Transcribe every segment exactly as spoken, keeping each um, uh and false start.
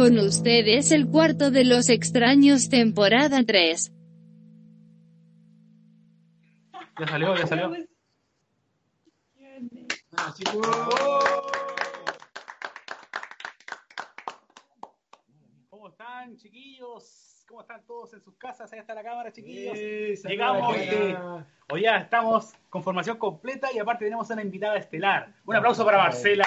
Con ustedes el cuarto de los extraños, temporada tres. Ya salió, ya salió. Ah, chicos. ¿Cómo están, chiquillos? ¿Cómo están todos en sus casas? Ahí está la cámara, chiquillos. Sí, Llegamos. Este, hoy ya estamos con formación completa y aparte tenemos una invitada estelar. Un aplauso para Marcela.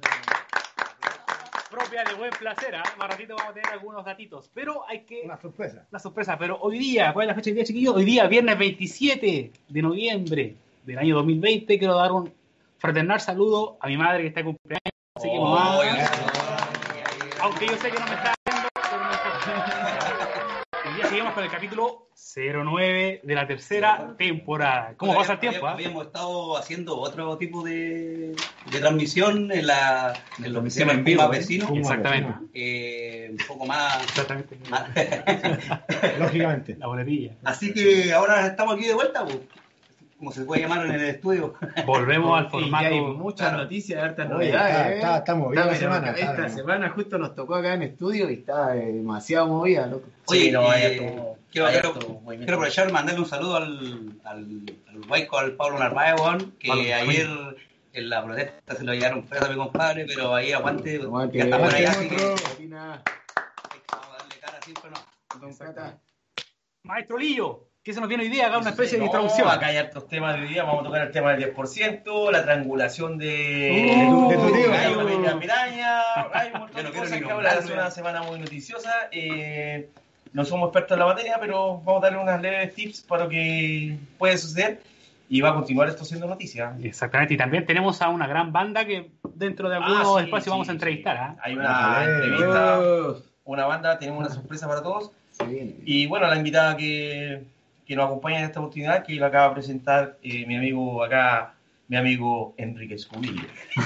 Propia de buen placer, ¿eh? Más ratito vamos a tener algunos datitos, pero hay que... Una sorpresa. Una sorpresa, pero hoy día, ¿cuál es la fecha hoy día, chiquillos? Hoy día, viernes veintisiete de noviembre del año dos mil veinte, quiero dar un fraternal saludo a mi madre que está de cumpleaños, así que Oh, mamá, oh, oh, aunque yo sé que no me está viendo, pero no importa. Hoy día seguimos con el capítulo cero nueve de la tercera temporada. ¿Cómo pasa el tiempo? Habíamos, habíamos estado haciendo otro tipo de, de transmisión en, la, en lo que se llama en vivo vecino. Exactamente. Eh, un poco más... Exactamente. más Lógicamente. La boletilla. Así que ahora estamos aquí de vuelta, pues, como se puede llamar en el estudio. Volvemos al Y formato. ya hay muchas claro. noticias, hartas Oye, novedades. está- ¿eh? está- está movida la Está, semana, pero está Esta bien. semana justo nos tocó acá en estudio y está eh, demasiado movida, loco. Oye, Sí, no, hay eh, harto- quiero, hay quiero- harto movimiento. quiero aprovechar y mandarle un saludo al, al, al Guayco, al Pablo Narváez, weón, que Pablo, ayer en la protesta se lo llevaron preso a mi compadre, pero ahí aguante, Aguante, ya está por allá, aguante, así que monstruo. Opina, vamos a darle cara siempre, ¿no? don Cata. Maestro Lillo, ¿qué se nos viene hoy día? Haga una especie de No, introducción. acá hay hartos temas de hoy día. Vamos a tocar el tema del diez por ciento, la triangulación de, Uh, de tu tío. Hay una pequeña piraña, hay un montón Yo no de quiero cosas ni que hablar. Es nombrarlo. una semana muy noticiosa. Eh, no somos expertos en la materia, pero vamos a darle unas leves tips para lo que puede suceder. Y va a continuar esto siendo noticia. Exactamente, y también tenemos a una gran banda que dentro de algunos Ah, sí, espacios sí, vamos a sí. entrevistar. ¿ah? Hay una Ah, entrevista, Oh, una banda, tenemos una sorpresa para todos. se viene. Y bueno, la invitada que, que nos acompaña en esta oportunidad, que lo acaba de presentar eh, mi amigo acá, mi amigo Enrique Escubillo.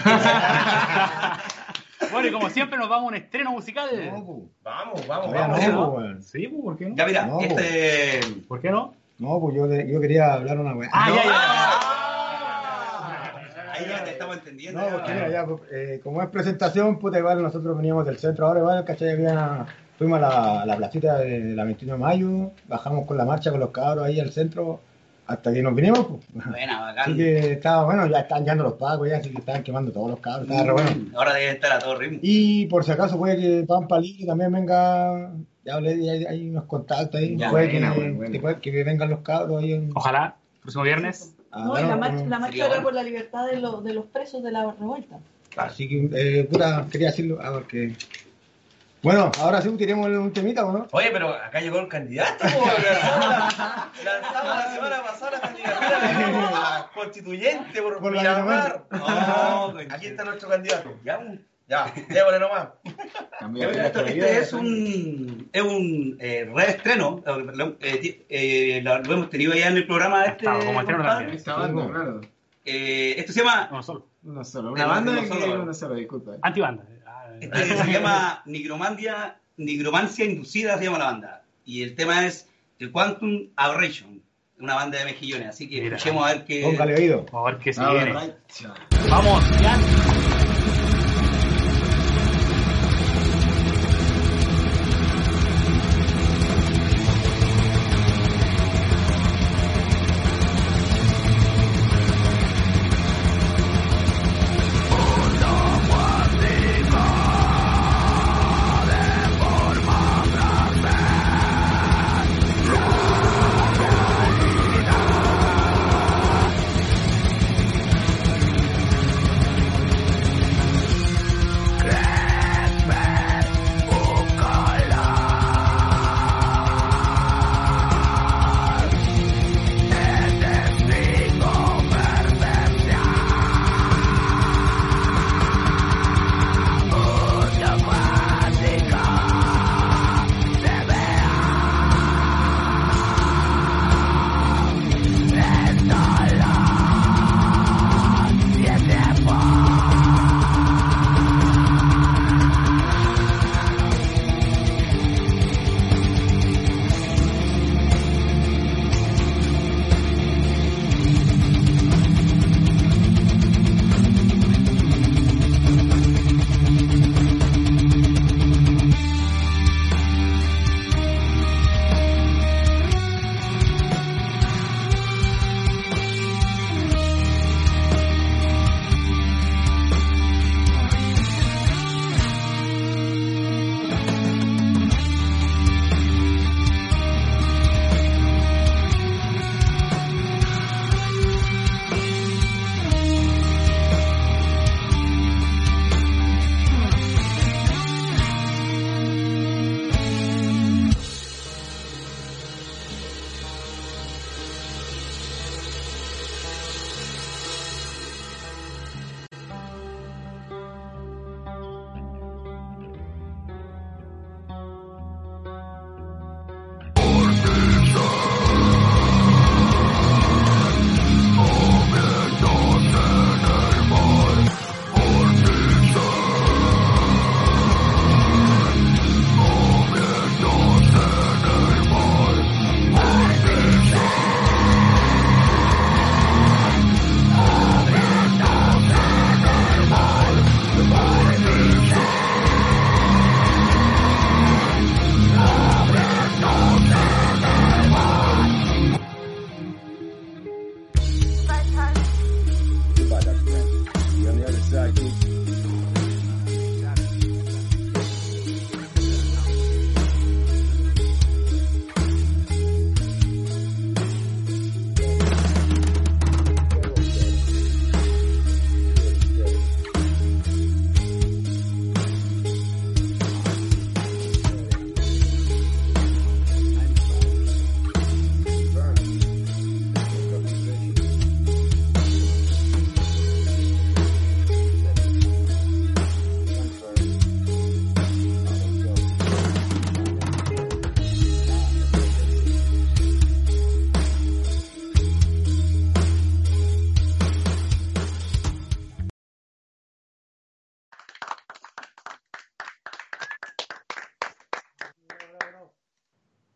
Bueno, y como siempre nos vamos a un estreno musical. No, pues. Vamos, vamos, Todavía vamos. ¿sí, no, no? pues, weón. Sí, pues, ¿por qué no? Ya mira, No, este... ¿Por qué no? No, pues yo, de- yo quería hablar una weá. Ah, no, ya, ya. Ahí ya te estamos entendiendo. No, ya. porque mira, ya, pues, eh, como es presentación, puta, igual nosotros veníamos del centro ahora, igual, ¿cachai? Había- fuimos a la, a la placita de la veintiuno de mayo, bajamos con la marcha con los cabros ahí al centro, hasta que nos vinimos, pues. Buena, bacán. Así que estaba bueno, ya están llegando los pacos, ya, así que estaban quemando todos los cabros, estaba re bueno. Ahora debe estar a todo ritmo. Y por si acaso puede que Pampa Libre también venga, ya hablé, hay, hay unos contactos ahí, Ya, puede, buena, que, buena, buena. que puede que vengan los cabros ahí en, Ojalá, próximo viernes. a No, y dar la un- marcha, la marcha Sería acá bueno. por la libertad de, los de los presos de la revuelta. Así que, eh, puta, quería decirlo, a ver que... Bueno, ahora sí tiremos un temita, ¿o no? Oye, pero acá llegó el candidato. po. Lanzamos, lanzamos la semana pasada la candidatura de constituyente por, Por la Miramar. No, Aquí está nuestro candidato. Ya, ya, déjale nomás. Cambió Esto, la esto vida, es un, es un eh, reestreno. eh, lo- eh, ti- eh, lo, lo hemos tenido ya en el programa este. Estaba como estreno compadre. también. Esta banda, claro. Eh, esto se llama, No, solo. Uno solo. De Una uno banda solo, que solo. uno solo, disculpa. Antibanda. Ah, este se llama Nigromandia, Nigromancia Inducida, se llama la banda. Y el tema es The Quantum Aberration, una banda de mejillones. Así que Mira. escuchemos a ver qué. Póngale oído. Vamos a ver qué se Ah, viene. right. Vamos, ya. Thank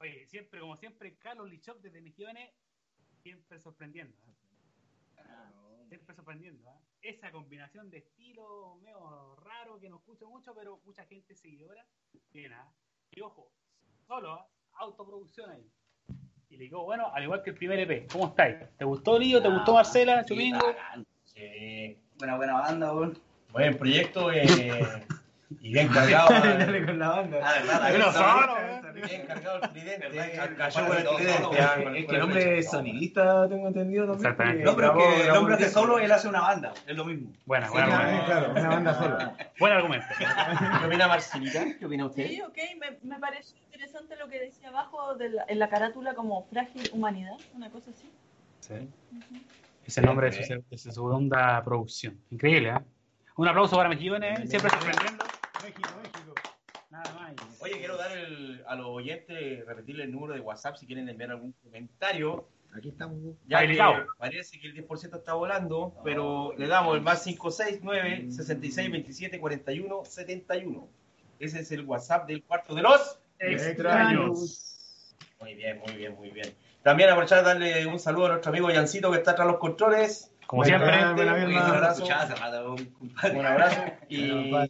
Oye, siempre, como siempre, Carlos Lichok desde Mejillones, siempre sorprendiendo. ¿eh? Siempre sorprendiendo. ¿eh? Esa combinación de estilo medio raro que no escucho mucho, pero mucha gente seguidora. Bien, ¿eh? Y ojo, solo ¿eh? autoproducción ahí. Y le digo, bueno, al igual que el primer E P, ¿cómo estáis? ¿Te gustó Lío? ¿Te Ah, gustó Marcela? sí, Chumingo. bacán. Sí. Buena, buena banda, weón. Buen proyecto eh, y bien cargado. Dale con la banda. Ah, de verdad, Yo la no gente- solo, Bien cargado el tridente. Verdad, Cayó que- con el todo tridente. solo, ya, Es con- que con el el hombre flecha. es sonidista, tengo entendido también. Exactamente. No, pero es Grabó- que el grabó hombre hace disco. solo, él hace una banda. Es lo mismo. Buena, Sí, buena, claro, buena. claro, una banda sola. Buen argumento. ¿Qué opina Marcelita? ¿Qué opina usted? Sí, ok, me, me pareció interesante lo que decía abajo de la, en la carátula como frágil humanidad, una cosa así. Sí. Es el nombre de su, de su segunda producción. Increíble, ¿eh? Un aplauso para Mejillones, siempre sorprendiendo. México, México. Nada más. Oye, quiero dar el, a los oyentes, repetirle el número de WhatsApp si quieren enviar algún comentario. Aquí estamos. Ya que Habilitado. parece que el diez por ciento está volando, pero le damos el más cinco seis nueve, sesenta y seis, veintisiete, cuarenta y uno, setenta y uno. Ese es el WhatsApp del cuarto de los Extraños. Muy bien, muy bien, muy bien. También aprovechar de darle un saludo a nuestro amigo Yancito que está tras los controles. Como Buena, siempre. buena, buena, Un buena. abrazo. Escuchaba hace rato, compadre. Un abrazo. Y, Bueno,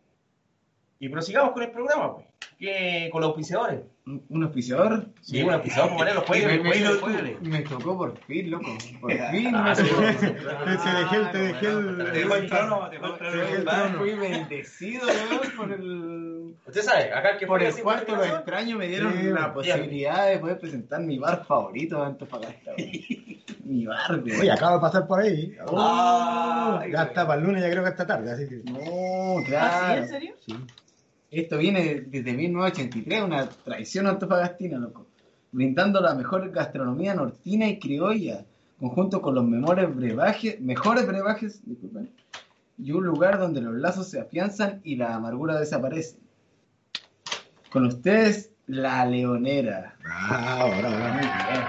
y prosigamos con el programa, pues. Que, con los auspiciadores. ¿Un un auspiciador? Sí, un auspiciador, pues, los Me, juegues, me- los me- juegues. me tocó por fin, loco. Por fin Ah, me sí. tocó. Te dejé el- te dejé el- Te dejó el trono, te dejó el Te dejé el trono. trono. Fui bendecido, weón, por el... Usted sabe, acá el que Por fue el así, cuarto, los corazón, extraños me dieron Sí, la ya. posibilidad de poder presentar mi bar favorito de Antofagasta. weón. Mi bar, weón. Oye, acabo de pasar por ahí. Ay, ya güey. está para el lunes, ya creo que está tarde, así que. No, ¿Ah, sí? claro. ¿En serio? Sí. Esto viene desde mil novecientos ochenta y tres, una tradición antofagastina, loco. Brindando la mejor gastronomía nortina y criolla, conjunto con los mejores brebajes, mejores brebajes, disculpen, y un lugar donde los lazos se afianzan y la amargura desaparece. Con ustedes, La Leonera. Ah, ahora, ahora. Muy bien.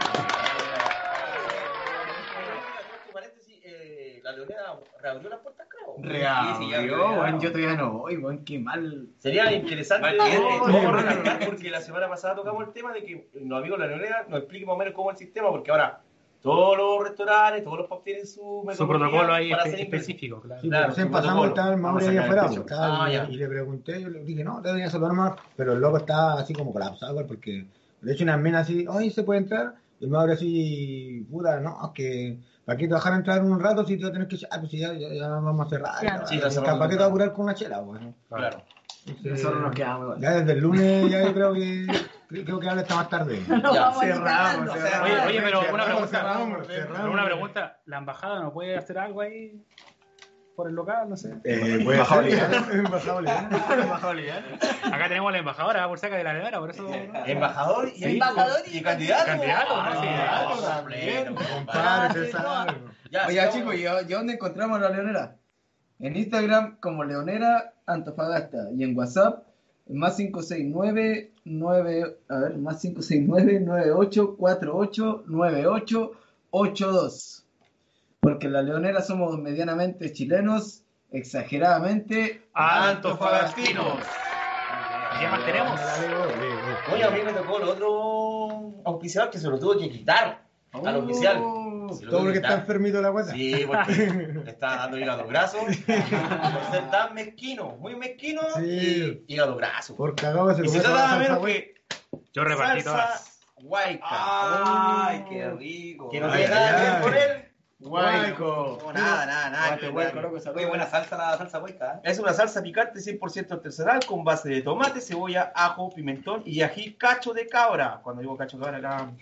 paréntesis, eh, la Leonera reabrió las puertas, creo. Reabrió, weón, yo todavía no voy, weón, qué mal. Sería interesante Mal cliente. vamos a recalcar, porque la semana pasada tocamos el tema de que los amigos de la Leonera nos expliquen más o menos cómo es el sistema, porque ahora todos los restaurantes, todos los pubs tienen su Su metodología protocolo ahí para espe- hacer ingresos. específico, claro. Sí, Claro, pero recién su pasamos, protocolo. estaba el Mauri Vamos a ahí sacar afuera, el pues, pecho. estaba- Ah, ya. y le pregunté, yo le dije, no, te venía a saludar más, pero el loco estaba así como colapsado, güey, porque le he hecho una mena así, oye, ¿se puede entrar? Y el Mauri así, puta, no, es que, ¿para qué te vas a dejar entrar un rato si te vas a tener que, ah, pues si ya, ya, ya vamos a cerrar, Claro. ya, Sí, ya, la cerramos ¿para qué te vas a temprano. curar con una chela, güey? Claro. Entonces, Nosotros nos quedamos igual. ya desde el lunes, ya yo creo que, creo que habla hasta más tarde. No, Ya, vamos a ir cerramos, cagando. cerramos. Oye, oye, pero una Cerramos, pregunta. cerramos, Pero cerramos. una pregunta, ¿la embajada no puede hacer algo ahí por el local? No sé. Eh, voy a Bajado hacer- Bajado Boliviano. Acá tenemos a la embajadora, por saca de la Leonera, por eso. Embajador y, Sí. Embajador y y candidato. candidato, Ah, sí. candidato, también. completo, Compadre, Ah, César. Ya, Oye, sigamos. chicos, ¿y a- y a dónde encontramos a La Leonera? En Instagram como Leonera Antofagasta y en WhatsApp más cinco seis nueve, nueve, a ver, más cinco seis nueve, nueve ocho cuatro ocho, nueve ocho ocho dos. Porque en La Leonera somos medianamente chilenos, exageradamente Antofagastinos. ¿Y qué más tenemos? Oye, a mí me tocó el otro auspiciador que se lo tuvo que quitar al oficial. Se lo Todo tuvo porque que está quitar. enfermito la guata. Sí, porque le está dando hígado graso. Por ser tan mezquino, muy mezquino Sí. y hígado graso. Por cagado se Y se comió toda trata la nada salsa, menos güey. que Yo repartí salsa todas. guayca. Ay, qué rico. Que no Ay, tiene nada que ay. ver con él. Guayco. No, nada, nada, nada. Guate, que ver, guayco, nada. loco, esa Muy buena salsa la salsa hueca. ¿eh? Es una salsa picante cien por ciento artesanal con base de tomate, cebolla, ajo, pimentón y ají cacho de cabra. Cuando digo cacho de cabra acá.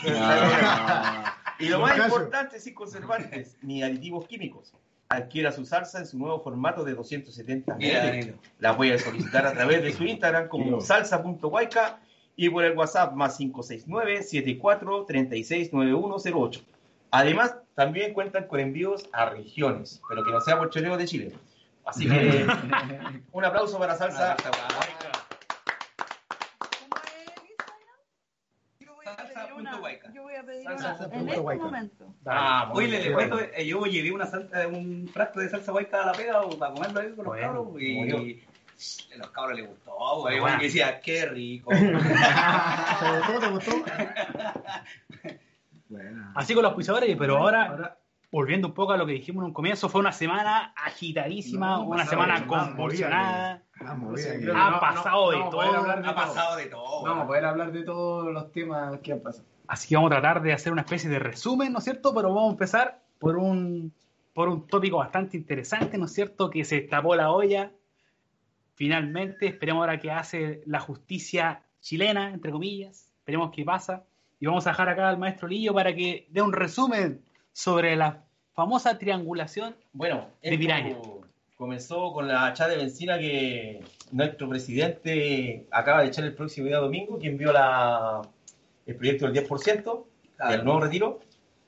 Ah. Y lo Buen más caso. importante, sin conservantes ni aditivos químicos. Adquiera su salsa en su nuevo formato de doscientos setenta Mira, mililitros. Danilo. La puede solicitar a través de su Instagram como Mira. salsa punto guayca y por el WhatsApp más cinco seis nueve, siete cuatro tres seis, nueve uno cero ocho. Además, también cuentan con envíos a regiones, pero que no sea por choreo de Chile. Así que un aplauso para salsa. Salsa guayca. ¿Cómo es el Instagram? Yo voy a Salsa pedir una. punto guayca. Yo voy a pedir Salsa una. punto En este guayca. momento. Ah, muy Oye, le, bien. le cuento, eh, yo llevé una salsa, un frasco de salsa huayca a la pega o para comerlo ahí con los Bueno, cabros y muy A los cabros les gustó, güey. Bueno. Bueno, que decía, qué rico. ¿Te gustó? ¿Te gustó? Bueno. Así con los auspiciadores, pero ahora, Ahora, volviendo un poco a lo que dijimos en un comienzo, fue una semana agitadísima, No, una pasado semana de más convulsionada. Más movida que- creo que Ha no- pasado de no, no todo. vamos a poder hablar de Ha todo. pasado de todo, No güey. vamos a poder hablar de todos los temas que han pasado. Así que vamos a tratar de hacer una especie de resumen, ¿no es cierto? Pero vamos a empezar por un, por un tópico bastante interesante, ¿no es cierto? Que se tapó la olla. Finalmente, esperemos ahora que hace la justicia chilena, entre comillas. Esperemos qué pasa. Y vamos a dejar acá al maestro Lillo para que dé un resumen sobre la famosa triangulación. Bueno, De esto Piraña. comenzó con la chá de benzina que nuestro presidente acaba de echar el próximo día domingo, que envió la, el proyecto del diez por ciento del nuevo retiro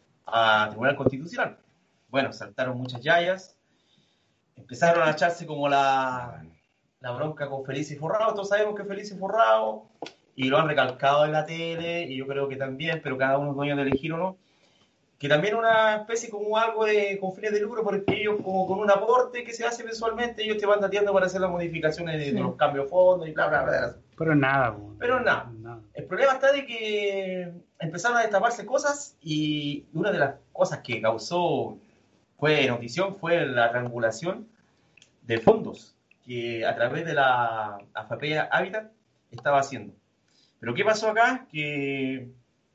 a Tribunal Constitucional. Bueno, saltaron muchas yayas, empezaron a echarse como la, la bronca con Felice Forrado. Todos sabemos que Felice Forrado, y lo han recalcado en la tele, y yo creo que también, pero cada uno es dueño de elegir o no, que también una especie como algo de con fines de lucro, porque ellos como con un aporte que se hace mensualmente, ellos te van dateando para hacer las modificaciones de, de los cambios de fondos y bla, bla, bla. Pero nada. po. Pero nada. El problema está de que empezaron a destaparse cosas, y una de las cosas que causó, fue notición, fue la triangulación de fondos que a través de la A F P Habitat estaba haciendo. Pero ¿qué pasó acá? Que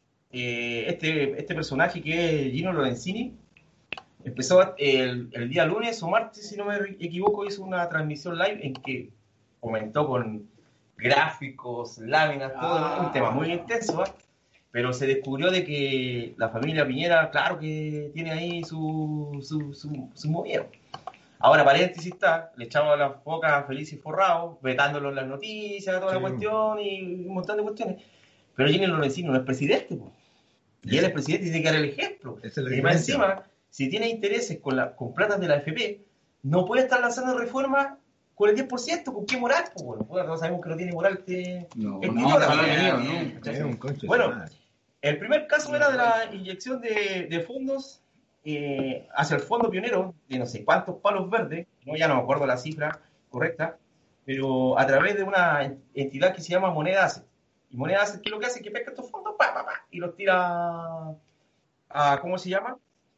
eh, este, este personaje que es Gino Lorenzini empezó el, el día lunes o martes, si no me equivoco, hizo una transmisión live en que comentó con gráficos, láminas, todo, Ah. un tema muy intenso, ¿eh? Pero se descubrió de que la familia Piñera, claro que tiene ahí su, su, su, su movida. Ahora, paréntesis está, le echaba la boca a Felice Forrado, vetándolo en las noticias, toda Sí. la cuestión y un montón de cuestiones. Pero Gino Lorenzini no es presidente, po. Y él es presidente y tiene que dar el ejemplo. Esa es la Y más diferencia. encima, si tiene intereses con, la, con plata de la A F P, no puede estar lanzando reformas con el diez por ciento. ¿Con qué moral? Pues bueno, pues, todos sabemos que no tiene moral este, No, este no, idiota, no lo pues. ha tenido, ¿no? Es un concho de Bueno, su madre. El primer caso era de la inyección de, de fondos eh, hacia el fondo pionero, de no sé cuántos palos verdes, no, ya no me acuerdo la cifra correcta, pero a través de una entidad que se llama Moneda Asset. Y Moneda Asset, ¿qué es lo que hace? Que pesca estos fondos pa, pa, pa, y los tira a, ¿cómo se llama?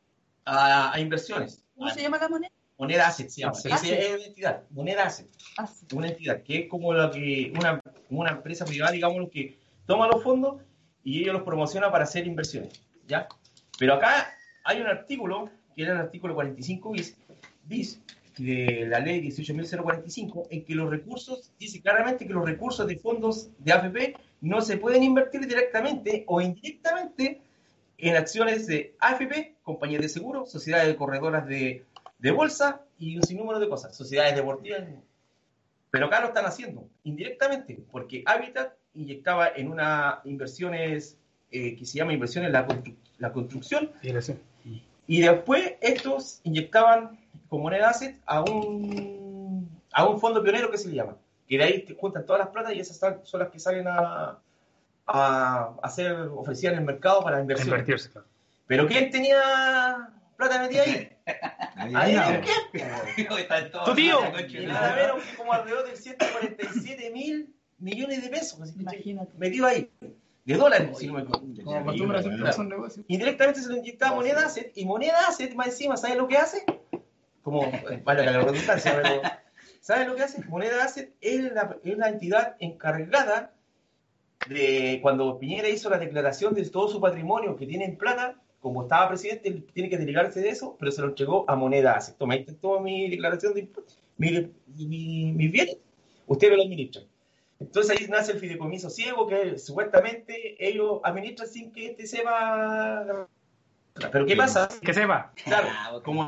A, a inversiones. ¿Cómo A- se llama la moneda? Moneda Asset se llama. Asset. Esa es una entidad, Moneda Asset. Ah, sí. Una entidad que es como la que una, una empresa privada, digamos, que toma los fondos y ellos los promociona para hacer inversiones, ¿ya? Pero acá hay un artículo, que era el artículo cuarenta y cinco bis, bis de la ley dieciocho mil cuarenta y cinco, en que los recursos, dice claramente que los recursos de fondos de A F P no se pueden invertir directamente o indirectamente en acciones de A F P, compañías de seguro, sociedades de corredoras de, de bolsa y un sinnúmero de cosas, sociedades deportivas. Pero acá lo están haciendo indirectamente, porque Habitat inyectaba en una inversiones eh, que se llama inversiones en la, constru- la construcción, y después estos inyectaban con moneda asset a un, a un fondo pionero que se le llama, que de ahí te juntan todas las platas y esas son- son las que salen a, a, a ser ofrecidas en el mercado para inversiones. Invertirse, claro. Pero ¿quién tenía plata metida ahí? Ahí Adivina, ¿quién? Está en todo. Tu tío. Y nada menos que como alrededor de ciento cuarenta y siete mil millones de pesos, así, Imagínate. metido ahí, de dólares, si no me equivoco. Como acostumbra siempre son negocios. Indirectamente se lo inyectaba moneda asset, y moneda asset más encima, ¿sabes lo que hace? Como, eh, vale la redundancia, pero ¿sabes lo que hace? Moneda asset es la, es la entidad encargada de cuando Piñera hizo la declaración de todo su patrimonio que tiene en plata. Como estaba presidente, él tiene que desligarse de eso, pero se lo entregó a moneda asset. Toma, ahí está toda mi declaración de impuestos, mi, mi, mis bienes, usted me lo administra. Entonces ahí nace el fideicomiso ciego, que supuestamente ellos administran sin que este sepa. Pero ¿qué pasa? Que sepa. Claro, como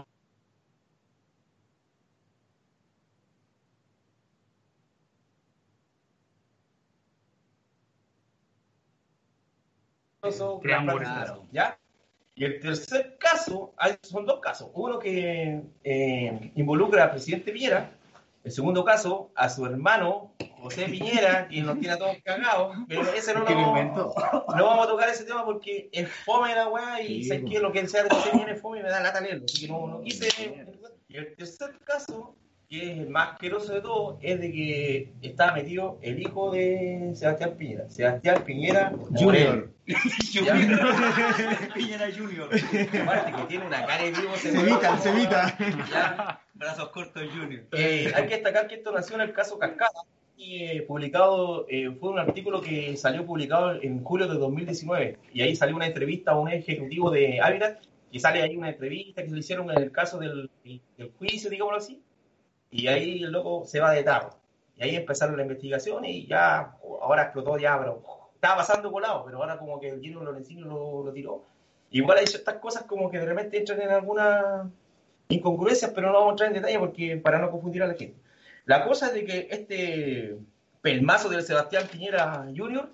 Triángulo. Claro. ¿ya? Y el tercer caso, hay- son dos casos. Uno que eh, involucra al presidente Piñera. El segundo caso, a su hermano, José Piñera, quien nos tiene a todos cagados. Pero ese no lo Que lo inventó. no vamos a tocar ese tema porque es fome la weá y Sí, sé po. que lo que sea de José Piñera es fome y me da lata leerlo. Así que no, no quise. Y el tercer caso que es el más asqueroso de todo, es de que estaba metido el hijo de Sebastián Piñera, Sebastián Piñera Junior. Junior. Piñera Junior. Aparte que tiene una cara de vivo. Se evita, se evita. Ya, brazos cortos Junior. Eh, hay que destacar que esto nació en el caso Cascada y eh, publicado, eh, fue un artículo que salió publicado en julio de dos mil diecinueve y ahí salió una entrevista a un ejecutivo de Habitat y sale ahí una entrevista que se le hicieron en el caso del, del juicio, digámoslo así, y ahí el loco se va de tarro y ahí empezaron la investigación y ya, ahora explotó ya, pero estaba pasando colado, pero ahora como que el Gino Lorenzino lo, lo tiró. Igual hay ciertas cosas como que de repente entran en alguna incongruencias, pero no vamos a entrar en detalle porque para no confundir a la gente. La cosa es de que este pelmazo del Sebastián Piñera Junior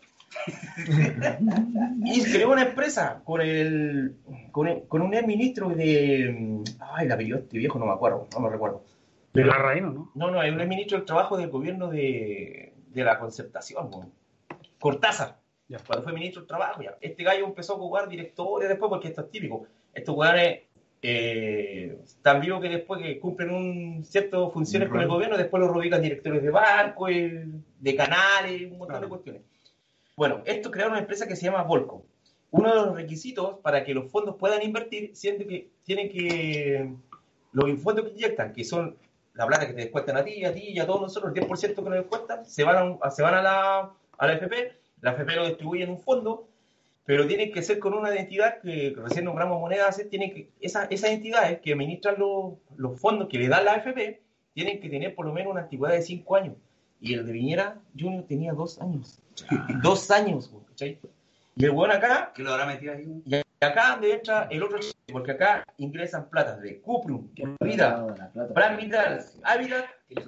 y creó una empresa con el con, el, con un ex ministro de ay, la apellido este viejo no me acuerdo, no me recuerdo. Pero la Raíno, ¿no? No, no, es un ex ministro del trabajo del gobierno de, de la concertación, ¿no? Cortázar. Ya. Cuando fue ministro del trabajo, ya. Este gallo empezó a jugar directores después porque esto es típico. Estos jugadores Eh, tan vivo que después que cumplen un ciertas funciones con el gobierno, después los reubican directores de bancos, de canales, un montón claro. de cuestiones. Bueno, esto crearon una empresa que se llama Volco. Uno de los requisitos para que los fondos puedan invertir, siendo que tienen que los fondos que inyectan, que son la plata que te descuentan a ti, a ti y a todos nosotros, el diez por ciento que nos descuentan, se van a, se van a la, a la F P, la F P lo distribuye en un fondo, pero tienen que ser con una entidad que recién nombramos monedas, tienen que, esa, esas entidades que administran los, los fondos que le dan la A F P, tienen que tener por lo menos una antigüedad de cinco años. Y el de Piñera Junior tenía dos años. dos años, ¿cachai? Y el weón acá, que lo habrá metido ahí. Y acá donde entra el otro, porque acá ingresan platas de Cuprum, Vida, Plan Vital, Ávila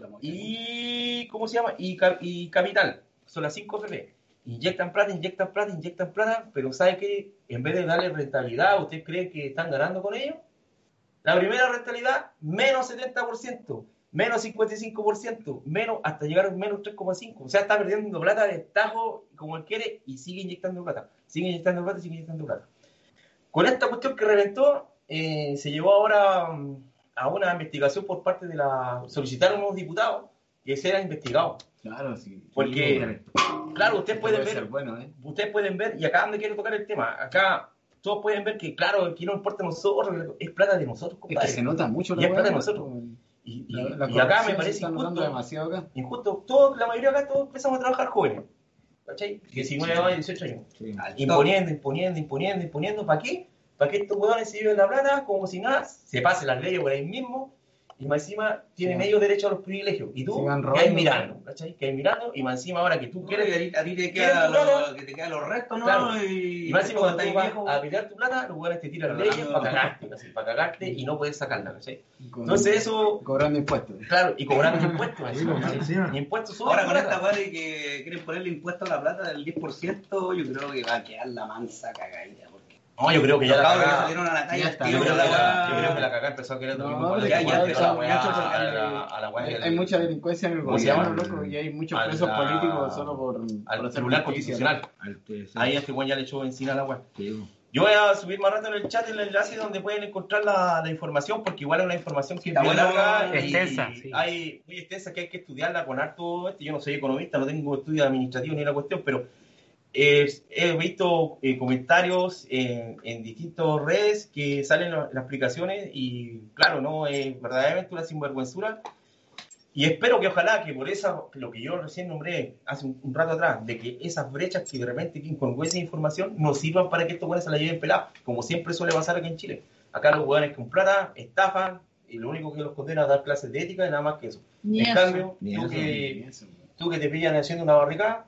y, ¿cómo se llama? Y, y Capital. Son las cinco F P. Inyectan plata, inyectan plata, inyectan plata, pero ¿sabe qué? En vez de darle rentabilidad, ¿usted cree que están ganando con ellos? La primera rentabilidad, menos setenta por ciento, menos cincuenta y cinco por ciento, menos, hasta llegar a menos tres coma cinco por ciento. O sea, está perdiendo plata de tajo como él quiere y sigue inyectando plata, sigue inyectando plata, sigue inyectando plata. Con esta cuestión que reventó, eh, se llevó ahora um, a una investigación por parte de la... Solicitaron unos diputados que sean investigados. Claro, sí. Porque, claro, ustedes pueden ver, bueno, ¿eh? ustedes pueden ver, y acá donde quiero tocar el tema, acá todos pueden ver que, claro, aquí no importa a nosotros, es plata de nosotros, compadre. Es que se nota mucho la y es plata de nosotros. Y, y, la, la y acá me parece injusto, demasiado acá. injusto, todo, la mayoría acá todos empezamos a trabajar jóvenes, ¿cachai? diecinueve años, dieciocho años. Sí. Imponiendo, imponiendo, imponiendo, imponiendo, ¿para qué? Para que estos huevones se lleven la plata como si nada, se pasen las leyes por ahí mismo. Y más encima tienen sí. ellos derecho a los privilegios. Y tú que hay mirando, ¿cachai? Que hay mirando, y más encima ahora que tú quieres... A ti te quedan los, que te quedan los restos, ¿no? Claro. Y, y más encima cuando tú vas a pelear tu plata, los jugadores te tiran leyes para cagarte, ¿cachai? Para cagarte y no puedes sacarla, ¿cachai? Entonces eso... Cobrando impuestos. Claro, y cobrando impuestos. Así, y impuestos sobre ahora con esta weá de que quieren ponerle impuesto a la plata del diez por ciento, yo creo que va a quedar la mansa cagadita. No, yo creo que ya la cagá, salieron a la calle, está, yo, creo la, la, yo creo que la cagá empezó a querer no, no, ya, ya, ya, a la weá. Hay mucha delincuencia en el gobierno, loco, y hay muchos al, presos la, políticos solo por, al por Tribunal Constitucional. Al ahí este weón ya le echó encima a la weá. Sí. Yo voy a subir más rato en el chat el enlace donde pueden encontrar la, la información, porque igual es una información que es bien larga y extensa, sí. Hay muy extensa que hay que estudiarla con harto. Este, yo no soy economista, no tengo estudio administrativo ni la cuestión, pero Eh, he visto eh, comentarios en, en distintas redes que salen las explicaciones y claro, no es verdaderamente una sinvergüenzura y espero que ojalá que por esa, lo que yo recién nombré hace un, un rato atrás, de que esas brechas que de repente que incongruencia de información nos sirvan para que estos hueones se la lleven pelados, como siempre suele pasar aquí en Chile. Acá los hueones con plata estafan y lo único que los condena es dar clases de ética y nada más que eso. Ni en eso, cambio, tú, eso, que, tú que te pillan haciendo una barricada,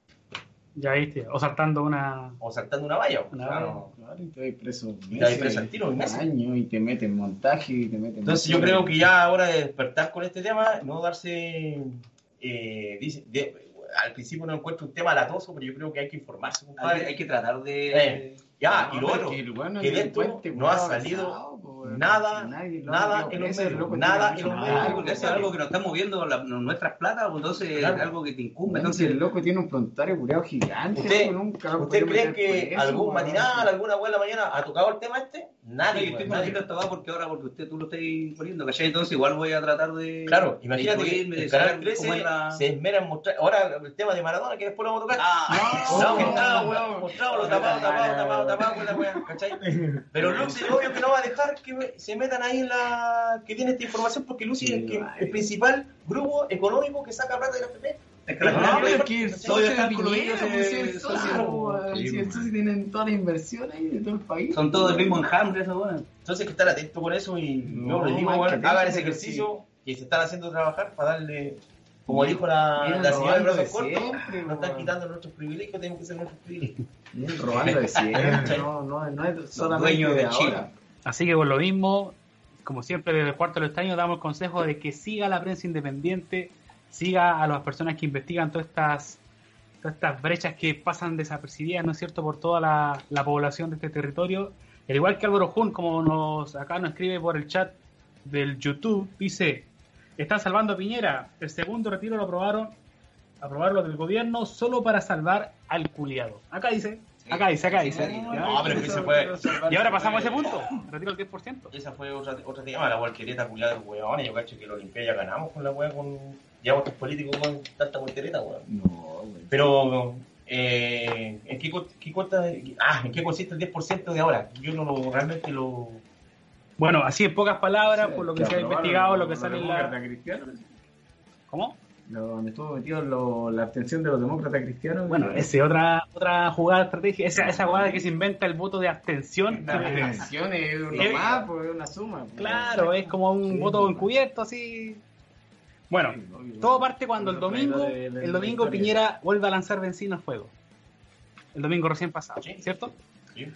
ya viste, o saltando una... O saltando una valla. Una claro. Claro, y te vais preso meses, te vais preso al tiro, meses. Años, y te meten montaje y te meten... Entonces yo creo que ya ahora de despertar con este tema, no darse... Eh, dice, de, al principio no encuentro un tema latoso, pero yo creo que hay que informarse, compadre. Hay, hay que tratar de... Eh, ya, no, y lo otro, que, bueno, que de esto no ha salido pasado, po, nada, nadie, nada en los medios, nada en los medios. Porque eso es algo que nos está moviendo la, nuestras platas, entonces claro. es algo que te incumbe. Entonces el loco tiene un prontuario cureado gigante. ¿Usted, loco, nunca ¿usted cree que preso, algún man. matinal, alguna buena mañana ha tocado el tema este? Nadie, Yo estoy weón, conociendo nadie. esta va porque ahora, porque usted tú lo estás imponiendo, ¿cachai? Entonces igual voy a tratar de... Claro, imagínate de que irme, de el Canal saber trece cómo es la- se esmera en mostrar. Ahora el tema de Maradona, que después lo vamos a tocar. Ah, No, que está, weón, mostrado, lo tapado, tapado, tapado, tapado, con la weá, ¿cachai? Pero Lucy, obvio que no va a dejar que se metan ahí en la. Que tiene esta información, porque Lucy es el, que, el principal grupo económico que saca plata de la F P. Es que la No, gente- pero es que el Soy socio de cálculo de Piñera, ellos, pues, si eh, el socio, socio- pues, si el socio tienen toda la inversión ahí de todo el país. Son todos el mismo enjambre, eso, bueno. Entonces hay que estar atento con eso y No, yo les digo, más weón, que atento, hagan ese pero ejercicio que se están haciendo trabajar para darle. Como dijo la, Vienen la señora de robando brazos de cortos, siempre, nos están weón. quitando nuestros privilegios, tenemos que ser nuestros privilegios. Vienen robando de siempre, no, no, no es solamente dueños de de Chile. ahora. Así que por lo mismo, como siempre desde el cuarto de los estaños damos el consejo de que siga la prensa independiente, siga a las personas que investigan todas estas todas estas brechas que pasan desapercibidas, ¿no es cierto?, por toda la, la población de este territorio. Al igual que Álvaro Jun, como nos acá nos escribe por el chat del YouTube, dice: están salvando a Piñera, el segundo retiro lo aprobaron, aprobarlo del gobierno solo para salvar al culiado. Acá dice, acá dice, acá dice. ¿Ya? No, pero es que se puede. Y ahora pasamos a ese punto, retiro el diez por ciento. Esa fue otra, otra tema, la voltereta culiada de los huevones. Yo cacho que los Olimpia ya ganamos con la hueá, con. Llevamos estos políticos con tanta voltereta, weón. No, güey. Pero, eh, ¿en qué, co- qué cuesta, ah, ¿en qué consiste el diez por ciento de ahora? Yo no lo, realmente lo. Bueno, así en pocas palabras, por lo que se ha investigado, lo que sale en la... demócratas cristianos. ¿Cómo? Lo- Donde estuvo metido lo- la abstención de los demócratas cristianos. Bueno, esa otra otra jugada estratégica, esa, esa jugada que se inventa el voto de abstención. La abstención es uno Eh, más, pues es una suma. pues. Claro, es como un Sí, voto pues. encubierto, así. Bueno, Sí, obvio. todo parte cuando el Otro domingo, traidor de- de- de el la domingo historia. Piñera vuelve a lanzar benzina al fuego. El domingo recién pasado, Sí. ¿cierto? Sí.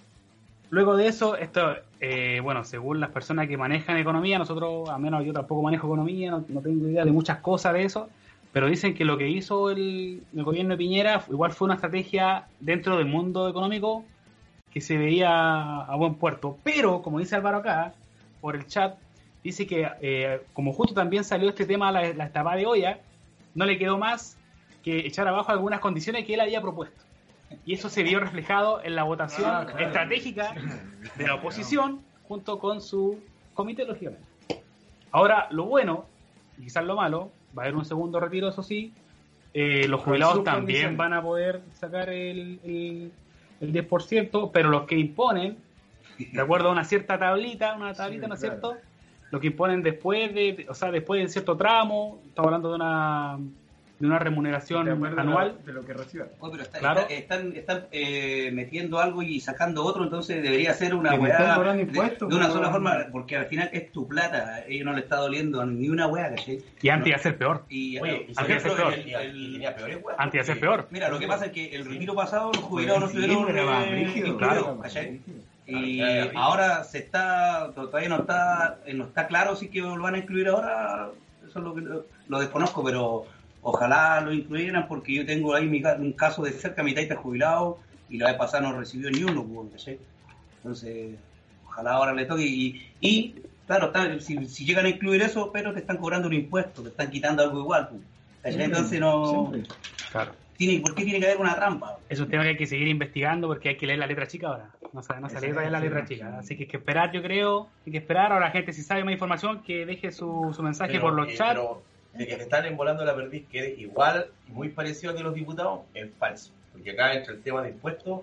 Luego de eso, esto, eh, bueno, según las personas que manejan economía, nosotros, al menos yo tampoco manejo economía, no, no tengo idea de muchas cosas de eso, pero dicen que lo que hizo el, el gobierno de Piñera igual fue una estrategia dentro del mundo económico que se veía a buen puerto. Pero, como dice Álvaro acá, por el chat, dice que eh, como justo también salió este tema, la, la estapada de olla, no le quedó más que echar abajo algunas condiciones que él había propuesto. Y eso se vio reflejado en la votación Ah, claro. estratégica de la oposición junto con su comité, lógicamente. Ahora, lo bueno, y quizás lo malo, va a haber un segundo retiro, eso sí. Eh, los Con jubilados sus también condiciones. van a poder sacar el, el, el diez por ciento, pero los que imponen, de acuerdo a una cierta tablita, una tablita, Sí, ¿no es claro. cierto? Lo que imponen después de, o sea, después de cierto tramo, estamos hablando de una, de una remuneración De acuerdo a anual. lo- de lo que reciban. Oye, pero está- Claro. está- están, están eh, metiendo algo y sacando otro, entonces debería ser una Que me weá están cobrando de, impuestos, de una pues, sola weón. forma, porque al final es tu plata, a ellos no le está doliendo ni una weá, ¿cachai? Y antes iba a ser peor. Y, Oye, y por antes ejemplo, iba a el- tenía, el- y tenía peores hueás. Antes iba a ser peor. mira, lo que pasa es que el retiro pasado los jubilados no Sí, estuvieron pero era más eh, brígido, incluidos, claro, más ¿cachai? brígido. Y Claro, ya, ya, ahora se está, todavía no está, eh, no está claro si que lo van a incluir ahora, eso es lo que lo, lo desconozco, pero ojalá lo incluyeran porque yo tengo ahí mi, ca- un caso de cerca, mi taita jubilado y la vez pasada no recibió ni uno, pues, ¿cachai? Entonces, ojalá ahora le toque y, y claro, está- si, si llegan a incluir eso, pero te están cobrando un impuesto, te están quitando algo igual, pues, ¿cachai? Entonces no, Siempre. Claro. tiene, ¿por qué tiene que haber una trampa? Es un tema que hay que seguir investigando porque hay que leer la letra chica ahora. No sabe, no Esa sale es, todavía la sí, letra sí. chica. Así que hay que esperar, yo creo. Hay que esperar. Ahora la gente, si sabe más información, que deje su, su mensaje Pero, por los eh, chats. pero de que te están embolando la perdiz, que es igual y muy parecido a que los diputados, es falso. Porque acá entra el tema de impuestos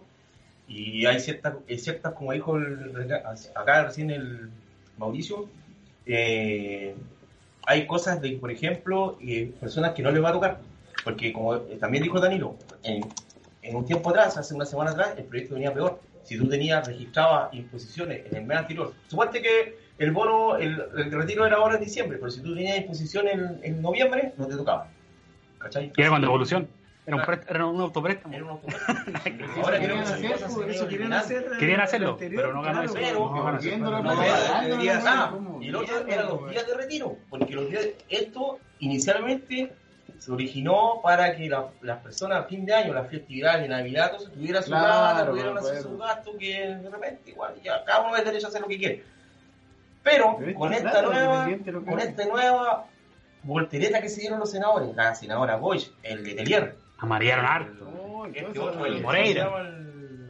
y hay ciertas, hay ciertas como dijo el, acá recién el Mauricio, eh, hay cosas de, por ejemplo, eh, personas que no les va a tocar. Porque como también dijo Danilo, en, en un tiempo atrás, hace una semana atrás, el proyecto venía peor. Si tú tenías, registrabas imposiciones en el mes anterior, suponte que el bono, el, el retiro era ahora en diciembre, pero si tú tenías imposición en, en noviembre, no te tocaba. ¿Cachai? Y era con devolución. Era un, Claro. préstamo- era un autopréstamo. Era un automático. Ahora Querían creo que esas hacer, cosas se pues, han eso ido querían eliminando. hacer. Querían el hacerlo, anterior, pero no ganó claro, eso. Pero- no, volviendo la no, plata, no, no, días- no sé Ah, cómo. y el otro eran los días de retiro, porque los días, esto inicialmente se originó para que la- las personas a fin de año, las festividades de Navidad, todo eso, tuvieran su Claro, plata, pudieran me hacer acuerdo. su gasto, que de repente igual ya cada uno tiene derecho a hacer lo que quiere. Pero Pero con esta esta plata, nueva, independiente de lo que con haga. esta nueva voltereta que se dieron los senadores, la senadora Bosch, el de Telier, Amarearon harto. No, este entonces, otro, el Moreira. ¿cómo se llama el-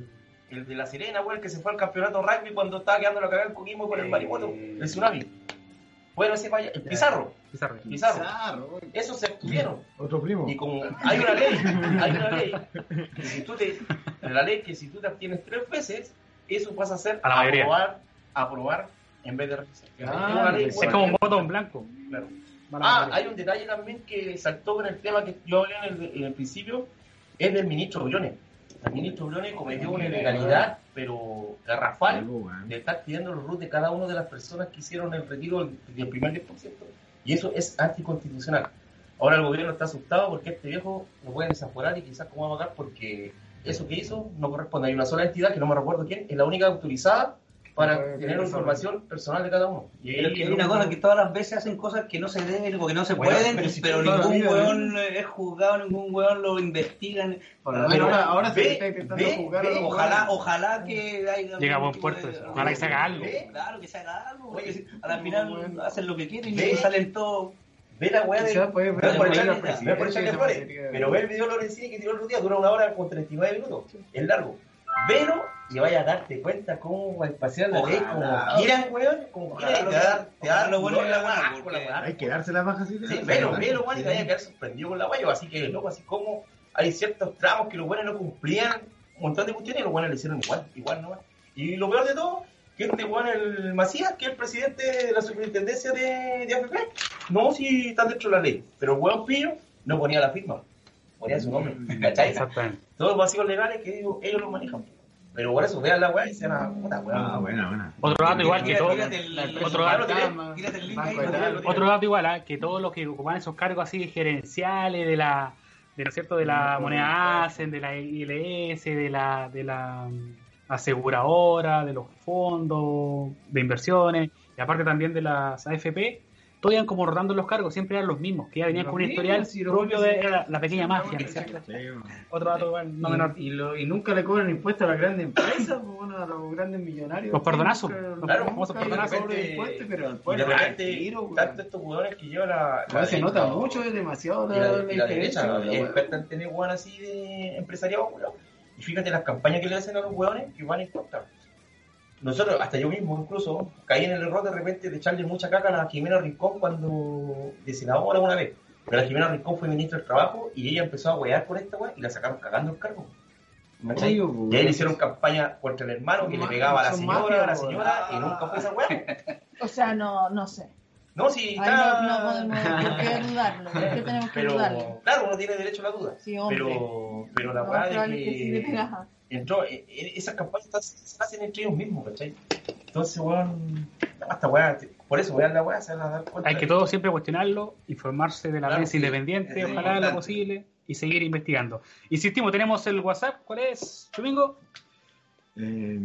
el de La Serena, weón, el que se fue al campeonato rugby cuando estaba quedando la cagada el Coquimbo con el Marimoto, el tsunami. Bueno, ese vaya, el Pizarro. Pizarro. Pizarro. Pizarro. Esos se abstuvieron. Otro primo. Y como hay una ley, hay una ley, que si tú te, la ley que si tú te abstienes tres veces, eso pasa a ser A la mayoría. aprobar, aprobar en vez de rechazar. Ah, Es una ley, es Es bueno, como un voto en blanco. claro. Va la Ah, mayoría. hay un detalle también que saltó con el tema que yo hablé en el, en el principio, es del ministro Briones. El ministro Briones cometió una ilegalidad, pero garrafal, Algo, weón. de estar pidiendo los R U T de cada una de las personas que hicieron el retiro del, del primer diez por ciento. Y eso es anticonstitucional. Ahora el gobierno está asustado porque este viejo lo puede desaforar y quizás cómo va a pagar porque eso que hizo no corresponde. Hay una sola entidad, que no me recuerdo quién, es la única autorizada para No puede tener tener información personal de cada uno. Y Pero ahí que hay una cosa que todas las veces hacen cosas que no se deben o que no se Bueno, pueden, pero pero, si toda la ningún vida, weón es juzgado, ningún weón lo investigan. Por lo Pero menos ahora, ahora se ve, está intentando ve, jugar a ve, los Ojalá, jugadores. ojalá que haya Llega a buen algún puerto tipo de- eso. Ojalá que se haga algo. ¿Ve? Claro, que se haga algo. Oye, Porque a la final bueno. hacen lo que quieren Ve. y salen todos. Ve la weá de... Quizás puede No ver es por por ahí echarle, al no es por presidente, echarle esa flores, materia. pero ve el video de Lorenzini que tiró el otro día, dura una hora con treinta y nueve minutos, es largo. Velo y vaya a darte cuenta cómo va a pasear la ley, Ojalá. como quieran, weón, como Ojalá quieran, lo te va a dar- te va a dar ojalá lo bueno dolor es la la weá, weá, porque con la weá. Hay que darse la baja así. Sí, velo, velo, weón, y te vaya a quedar sorprendido con la weá, así que, loco, así como hay ciertos tramos que los buenos no cumplían, un montón de cuestiones y los buenos le hicieron igual, igual nomás. Y lo peor de todo, que este weón, el Macías, que es el presidente de la superintendencia de, de A F P, no, si están dentro de la ley, pero el weón pillo no ponía la firma, ponía su nombre, ¿cachai? Exactamente. Todos los vacíos legales que ellos, ellos los manejan. Pero por eso, vean la weá y se van a puta weá. Ah, buena, buena. Otro dato igual que Tírate- todo. tírate el- La Otro empresa dato, fantasma, tírate el link Banco ahí, de lo Tal. tiro. Otro dato igual, ¿ah? Que todos los que ocupan esos cargos así gerenciales de la, de, ¿no es cierto? De la moneda ASEN, de la I L S, de la, de la mm, aseguradora, de los fondos de inversiones, y aparte también de las A F P, todos iban como rotando los cargos, siempre eran los mismos, que ya venían Los con un mismos, historial sí, los propio mismos. de la, la pequeña mafia, ¿no es cierto? Sí, weón. Otro dato igual, no menor. Y, y, lo- y nunca le cobran impuestos a las grandes empresas, pues, bueno, a los grandes millonarios. Los perdonazos, Nunca- los Claro, nunca famosos hay perdonazos. cobro de impuestos, pero al Y de pueblo repente, al tiro, weón. tanto estos jugadores que llevan la. A veces se la- nota la- mucho, es demasiado Y la, la, la y la diferencia, derecha la es weá. experta en tener weón así de empresariado, weón. Y fíjate las campañas que le hacen a los weones que van en contra. Nosotros, hasta yo mismo incluso, caí en el error de repente de echarle mucha caca a la Jimena Rincón cuando de senadora una vez. Pero la Jimena Rincón fue ministra del Trabajo y ella empezó a wear por esta weá y la sacaron cagando el cargo. ¿Cachai? Obvio, pues, Y ahí le hicieron campaña contra el hermano que le Son pegaba a la son señora, mafias, a la pues. señora, y nunca fue esa weá. O sea, no, no sé. No, sí, Ahí está... no, no podemos por qué dudarlo. ¿Por qué tenemos que dudarlo? Pero, claro, uno tiene derecho a la duda. Sí, hombre. Pero, pero la Lo weá más de probable es que sí le que pegas. entró, eh, eh, esas campañas están- se hacen entre ellos mismos, ¿cachai? Entonces, weón, no, esta weá, te- por eso vean la weá, se van a dar cuenta. Hay que de- todo siempre cuestionarlo, informarse de la Claro, prensa sí, independiente, es ojalá importante. lo posible, y seguir investigando. Insistimos, tenemos el WhatsApp, ¿cuál es, Domingo? Eh,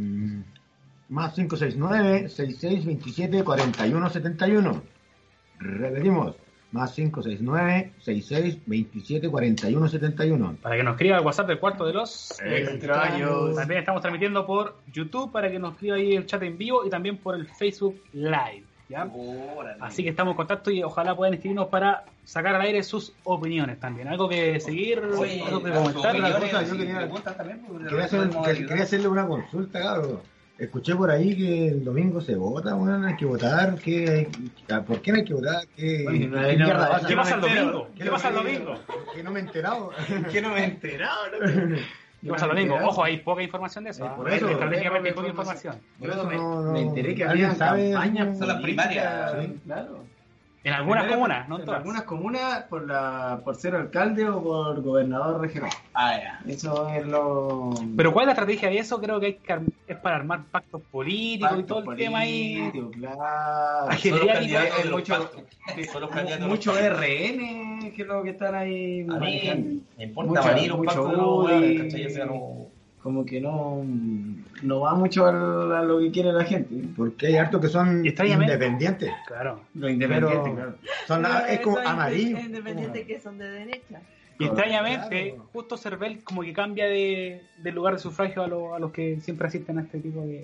más cinco seis nueve, seis seis dos siete, cuatro uno siete uno. Repetimos. Más cinco seis nueve, seis seis dos siete, cuatro uno siete uno. Para que nos escriba el WhatsApp del cuarto de los Extraños. También estamos transmitiendo por YouTube para que nos escriba ahí el chat en vivo y también por el Facebook Live. ¿ya? Órale. Así que estamos en contacto y ojalá puedan escribirnos para sacar al aire sus opiniones también. Algo que seguir, Oye, algo que las comentar. otra opiniones, cosa, yo si quería- preguntas también, porque de Quería, hacer- repente podemos que- ayudar. quería hacerle una consulta, cabrón. Escuché por ahí que el domingo se vota, weón, hay que votar. ¿Qué, ¿Por qué no hay que votar? ¿Qué, Oye, no, qué no, mierda no, pasa? ¿Qué pasa el me entero. domingo? ¿Qué pasa el domingo? Que no me he enterado. Que no me he enterado, loco. ¿Qué pasa el domingo? Ojo, hay poca información de eso. Eh, ¿ah? por eso, Estratégicamente hay poca poca información. Yo Por eso me, no- no- me enteré que ¿alguien había sabe? campañas Son las primarias. políticas, claro. En algunas Primero, comunas, no en en todas. algunas comunas por la por ser alcalde o por gobernador regional. Ah, ya. Eso es lo. Pero ¿cuál es la estrategia de eso? Creo que, hay que ar- es para armar pactos políticos y todo el Pacto tema ahí. político, claro. Ay, Son los Geriátrico, candidatos es de los mucho- pactos. Son los candidatos de los Mucho pactos. R N, que es lo que están ahí A mí manejando. me importa Mucho- maní los mucho pactos de los U D I. weones, ¿cachai? O sea, no... Como que no, no va mucho al- a lo que quiere la gente. Porque hay hartos que son Y extrañamente- independientes. Claro. Lo independiente, Pero- claro. Son, Pero es como esos amarillo. independientes que son de derecha. Y extrañamente, Claro. justo Cervel como que cambia de, de lugar de sufragio a, lo- a los que siempre asisten a este tipo de,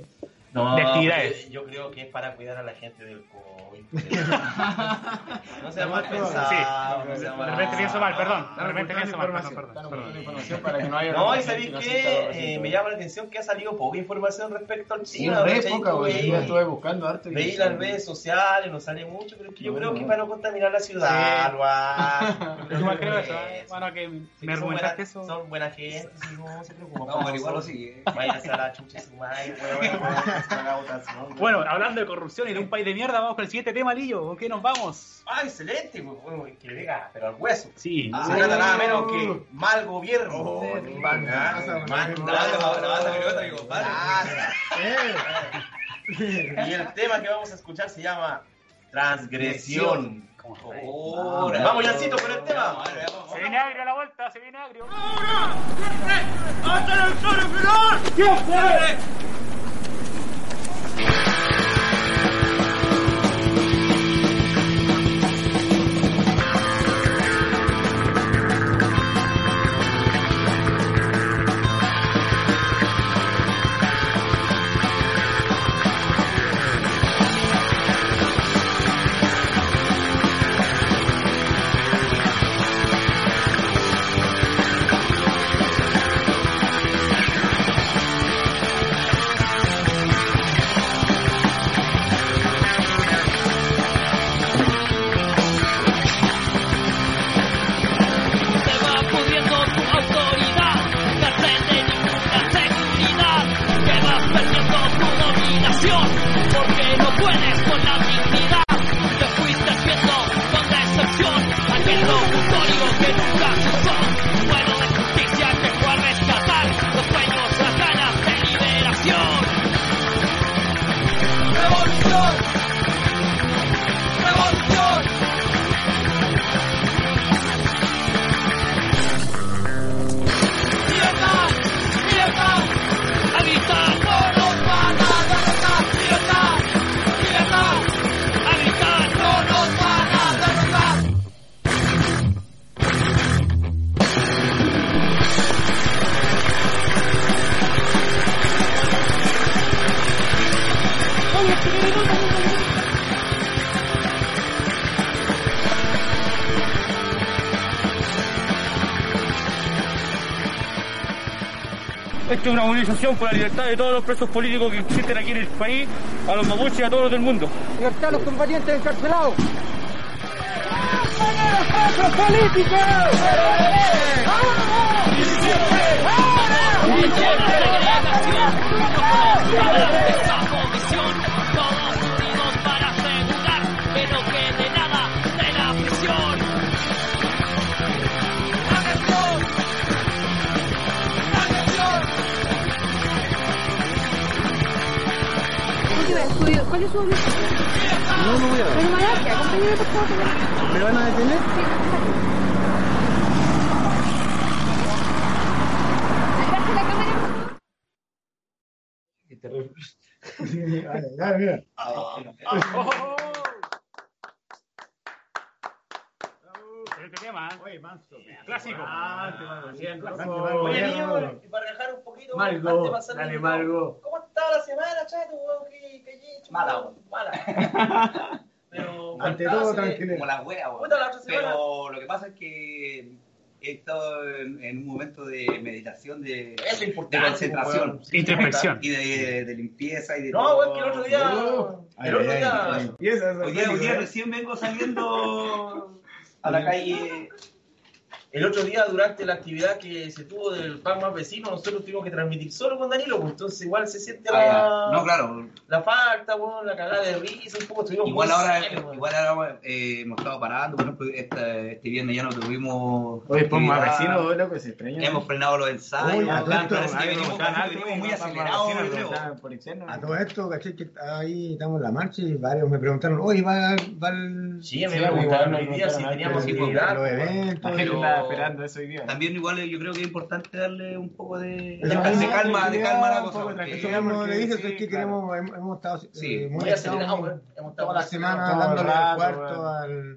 No, de actividades. yo creo que es para cuidar a la gente del COVID. No sea mal pensado. Sí, no sea de mal. repente pienso mal, perdón. De Están repente pienso mal, perdón, ocultando perdón. información. Están perdón. ocultando información para que no haya... No, y gente sabéis que no que sienta dolor, eh, sí, me llama la atención que ha salido poca información respecto al Sí, China. re ¿cachai? poca, güey. Veí- Yo estuve buscando harto. y- Veí las redes sociales, no sale mucho, pero es que yo No, creo no, que no. para no contaminar la ciudad, lo hago. Yo igual creo eso, ¿eh? Bueno, que Sí, me son argumentaste buena- eso. Son buena gente, sí, no se preocupen. No, pero igual lo sigue. Váyanse a la chucha su madre, weón, weón, se haga votación, weón. Bueno, hablando de corrupción y de un país de mierda, vamos con el siguiente tema, Lillo. ¿Con qué nos vamos? Ah, excelente, weón, weón, que le pega, pero al hueso. Sí. Se trata nada menos que mal gobierno. Oh, Ah, bandaza, man- man. la banda- la banda pelota, mi compadre. Eh, Y el tema que vamos a escuchar se llama Transgresión. Oh, Vamos, Yancito, con el tema. Se viene agrio a la vuelta, se viene agrio. Se va pudiendo tu autoridad, cartel de ninguna seguridad, que vas perdiendo tu dominación, porque no puedes con la dignidad, te fuiste viendo con decepción, aquel locutorio que nunca se usó, bueno de justicia que fue a rescatar los sueños, las ganas de liberación. Revolución, revolución. ¡Libertad! ¡Libertad! ¡A gritar! ¡No nos van a derrotar! ¡Libertad! ¡Libertad! ¡A gritar! ¡No nos van a derrotar! Esta es una movilización por la libertad de todos los presos políticos que existen aquí en el país, a los mapuches y a todos los del mundo. Libertad a los combatientes encarcelados. ¡Presos políticos! Esta comisión, todos unidos para asegurar que no quede nada de la prisión. ¡Atención! ¡Atención! ¿Cuál es su objetivo? no, no voy a ver. Bueno, Malasia, acompáñame por favor. ¿Me van a detener? Alberto, la cámara, por favor. Dale, dale, mira. Este tema, ¿eh? Oye, manso. Clásico. Ah, te va bien, Oye, niño, y para relajar un poquito, Margo, antes de pasar dale, el- Margo. ¿Cómo está la semana, chato, weón? ¿Qué, qué he hecho? Mala, weón? Mala. Pero, Ante bueno, todo, se- tranquilo. Como la wea, weón. Puta, la otra semana. Pero lo que pasa es que he estado en, en un momento de meditación, de, Eso es de importante, concentración weón. Sí, Introspección. y de, de limpieza y de No, todo. weón, que el otro día. El otro día. Y eso, eso, Hoy día, hoy día eso, recién vengo saliendo a la calle. El otro día, durante la actividad que se tuvo del pan más vecino, nosotros tuvimos que transmitir solo con Danilo, pues entonces igual se siente Ah, la, ya. No, claro. la falta, bueno, la cagada de risa, un poco estuvimos Igual muy ahora, serios, weón. igual ahora eh, hemos estado parando, por ejemplo, este, este viernes ya no tuvimos. Oye, pues más actividad. vecino, loco, se extraña. Hemos frenado los ensayos. Uy, a todo esto, parece que Algo venimos, tan alto, venimos muy y más acelerados, vecino, yo creo. está por interno. A todo esto, caché que ahí estamos en la marcha y varios me preguntaron, oye, va, va el... Sí, a mí Sí, me igual preguntaron nos hoy día si preguntaron teníamos antes, actividad. los eventos. La gente pero- estaba esperando eso hoy día. También igual yo creo que es importante darle un poco de, Eso de, mismo, de calma, de calma a la un cosa. poco de porque- Eso mismo le dije, Sí, es que claro. queremos, hemos, hemos estado Sí, eh, Muy muy acelerado, estamos weón. Hemos estado toda la muy semana todo el dándole al rato, cuarto weón. al,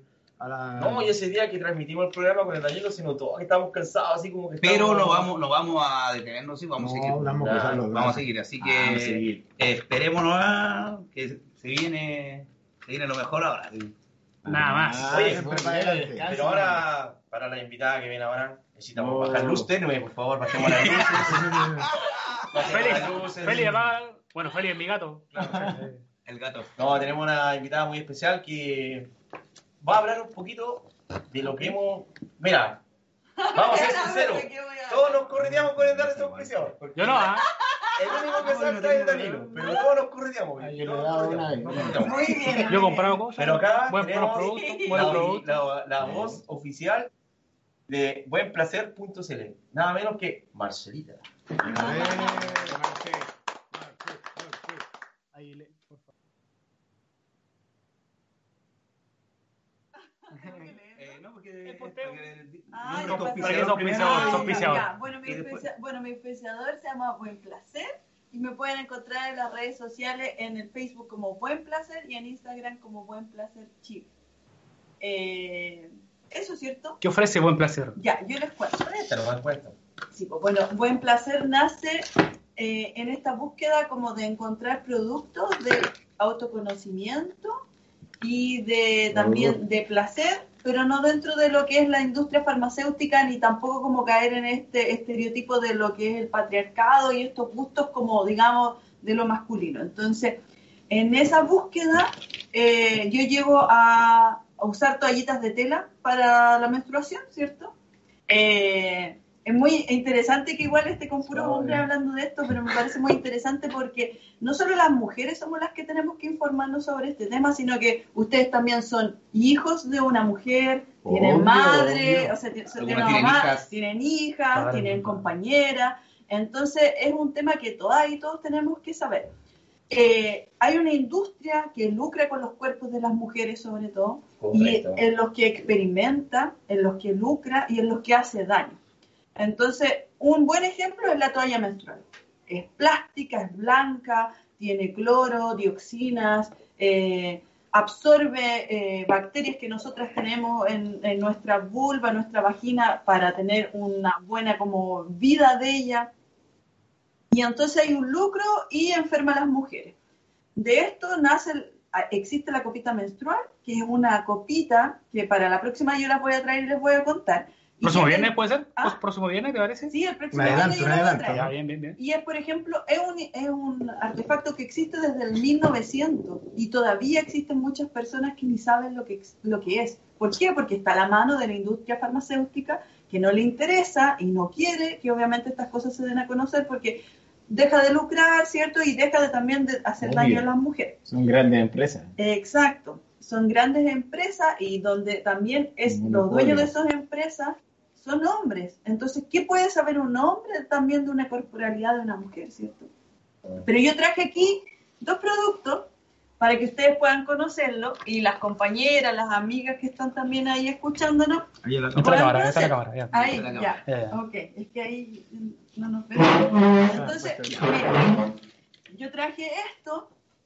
A la... No, y ese día que transmitimos el programa con el Danilo se notó que estábamos cansados, así como que Pero estábamos- no vamos, no vamos a detenernos, sí, vamos No, a seguir. vamos a usar los vamos a brazos. seguir, así Ah, que vamos a seguir. eh, esperémonos a que se viene, se viene lo mejor ahora. sí. Nada más. Oye, siempre pero, para adelante. pero ahora, para la invitada que viene ahora, necesitamos No. bajar luz tenue, por favor, bajemos las luces. Bajemos las Feli, luces. Feli, apaga. Bueno, Feli es mi gato. El gato. No, tenemos una invitada muy especial que va a hablar un poquito de lo que hemos... Mira, vamos a ser sinceros, todos nos correteamos con el dar ese auspiciador. porque Yo no, ¿ah? El único que salta es Danilo, pero todos nos correteamos. Ay, y yo todos le he dado nos una correteamos, vez. nos correteamos. Muy bien. Yo he comprado cosas. Pero acá Buen- buenos tenemos productos, buenos la, productos. la- la voz oficial de buenplacer punto c l, nada menos que Marcelita. Ahí le- por favor. Eh, no, porque... El posteo. porque- Ah, nombre ya tu pasó. auspiciador Para que primero. sea auspiciador, Ah, auspiciador. ya. Bueno, mi Y después- auspicia- bueno, mi auspiciador se llama Buen Placer y me pueden encontrar en las redes sociales, en el Facebook como Buen Placer y en Instagram como Buen Placer Chile. Eh, eso, ¿cierto? ¿Qué ofrece Buen Placer? Ya, yo les cuento. Te lo dan cuenta. Sí, pues, bueno, Buen Placer nace eh, en esta búsqueda como de encontrar productos de autoconocimiento y de también de placer, pero no dentro de lo que es la industria farmacéutica, ni tampoco como caer en este estereotipo de lo que es el patriarcado y estos gustos como, digamos, de lo masculino. Entonces, en esa búsqueda, eh, yo llego a, a usar toallitas de tela para la menstruación, ¿cierto? Eh, es muy interesante que igual esté con puros hombres hablando de esto, pero me parece muy interesante porque no solo las mujeres somos las que tenemos que informarnos sobre este tema, sino que ustedes también son hijos de una mujer, tienen Obvio, madre, obvio. o sea, tienen, Algunos tienen tienen mamá, hijas. tienen hijas, Claro. tienen compañeras. Entonces es un tema que todas y todos tenemos que saber. Eh, hay una industria que lucra con los cuerpos de las mujeres sobre todo, y Correcto. en los que experimenta, en los que lucra y en los que hace daño. Entonces, un buen ejemplo es la toalla menstrual. Es plástica, es blanca, tiene cloro, dioxinas, eh, absorbe eh, bacterias que nosotras tenemos en, en nuestra vulva, nuestra vagina, para tener una buena como vida de ella. Y entonces hay un lucro y enferma a las mujeres. De esto nace, el- existe la copita menstrual, que es una copita que para la próxima yo las voy a traer y les voy a contar. Y ¿Próximo que- viernes puede ser? Ah. ¿Próximo viernes te parece? Sí, el próximo Un adelanto, viernes yo un las voy a adelanto. traer. Ya, bien, bien, bien. Y es, por ejemplo, es un, es un artefacto que existe desde el mil novecientos y todavía existen muchas personas que ni saben lo que, ex- lo que es. ¿Por qué? Porque está a la mano de la industria farmacéutica que no le interesa y no quiere que obviamente estas cosas se den a conocer porque deja de lucrar, ¿cierto? Y deja de también de hacer Obvio. daño a las mujeres. Son grandes empresas. Exacto. Son grandes empresas y donde también es Un los monopolio. dueños de esas empresas son hombres. Entonces, ¿qué puede saber un hombre también de una corporalidad de una mujer, cierto? Pero yo traje aquí dos productos para que ustedes puedan conocerlo y las compañeras, las amigas que están también ahí escuchándonos. Ahí la- Ahí está la puedan cámara, ahí está la conocer. cámara. Ya. Ahí, Está la ya. Ya, ya. Ok, es que ahí no nos ven. Entonces, mira, yo traje esto.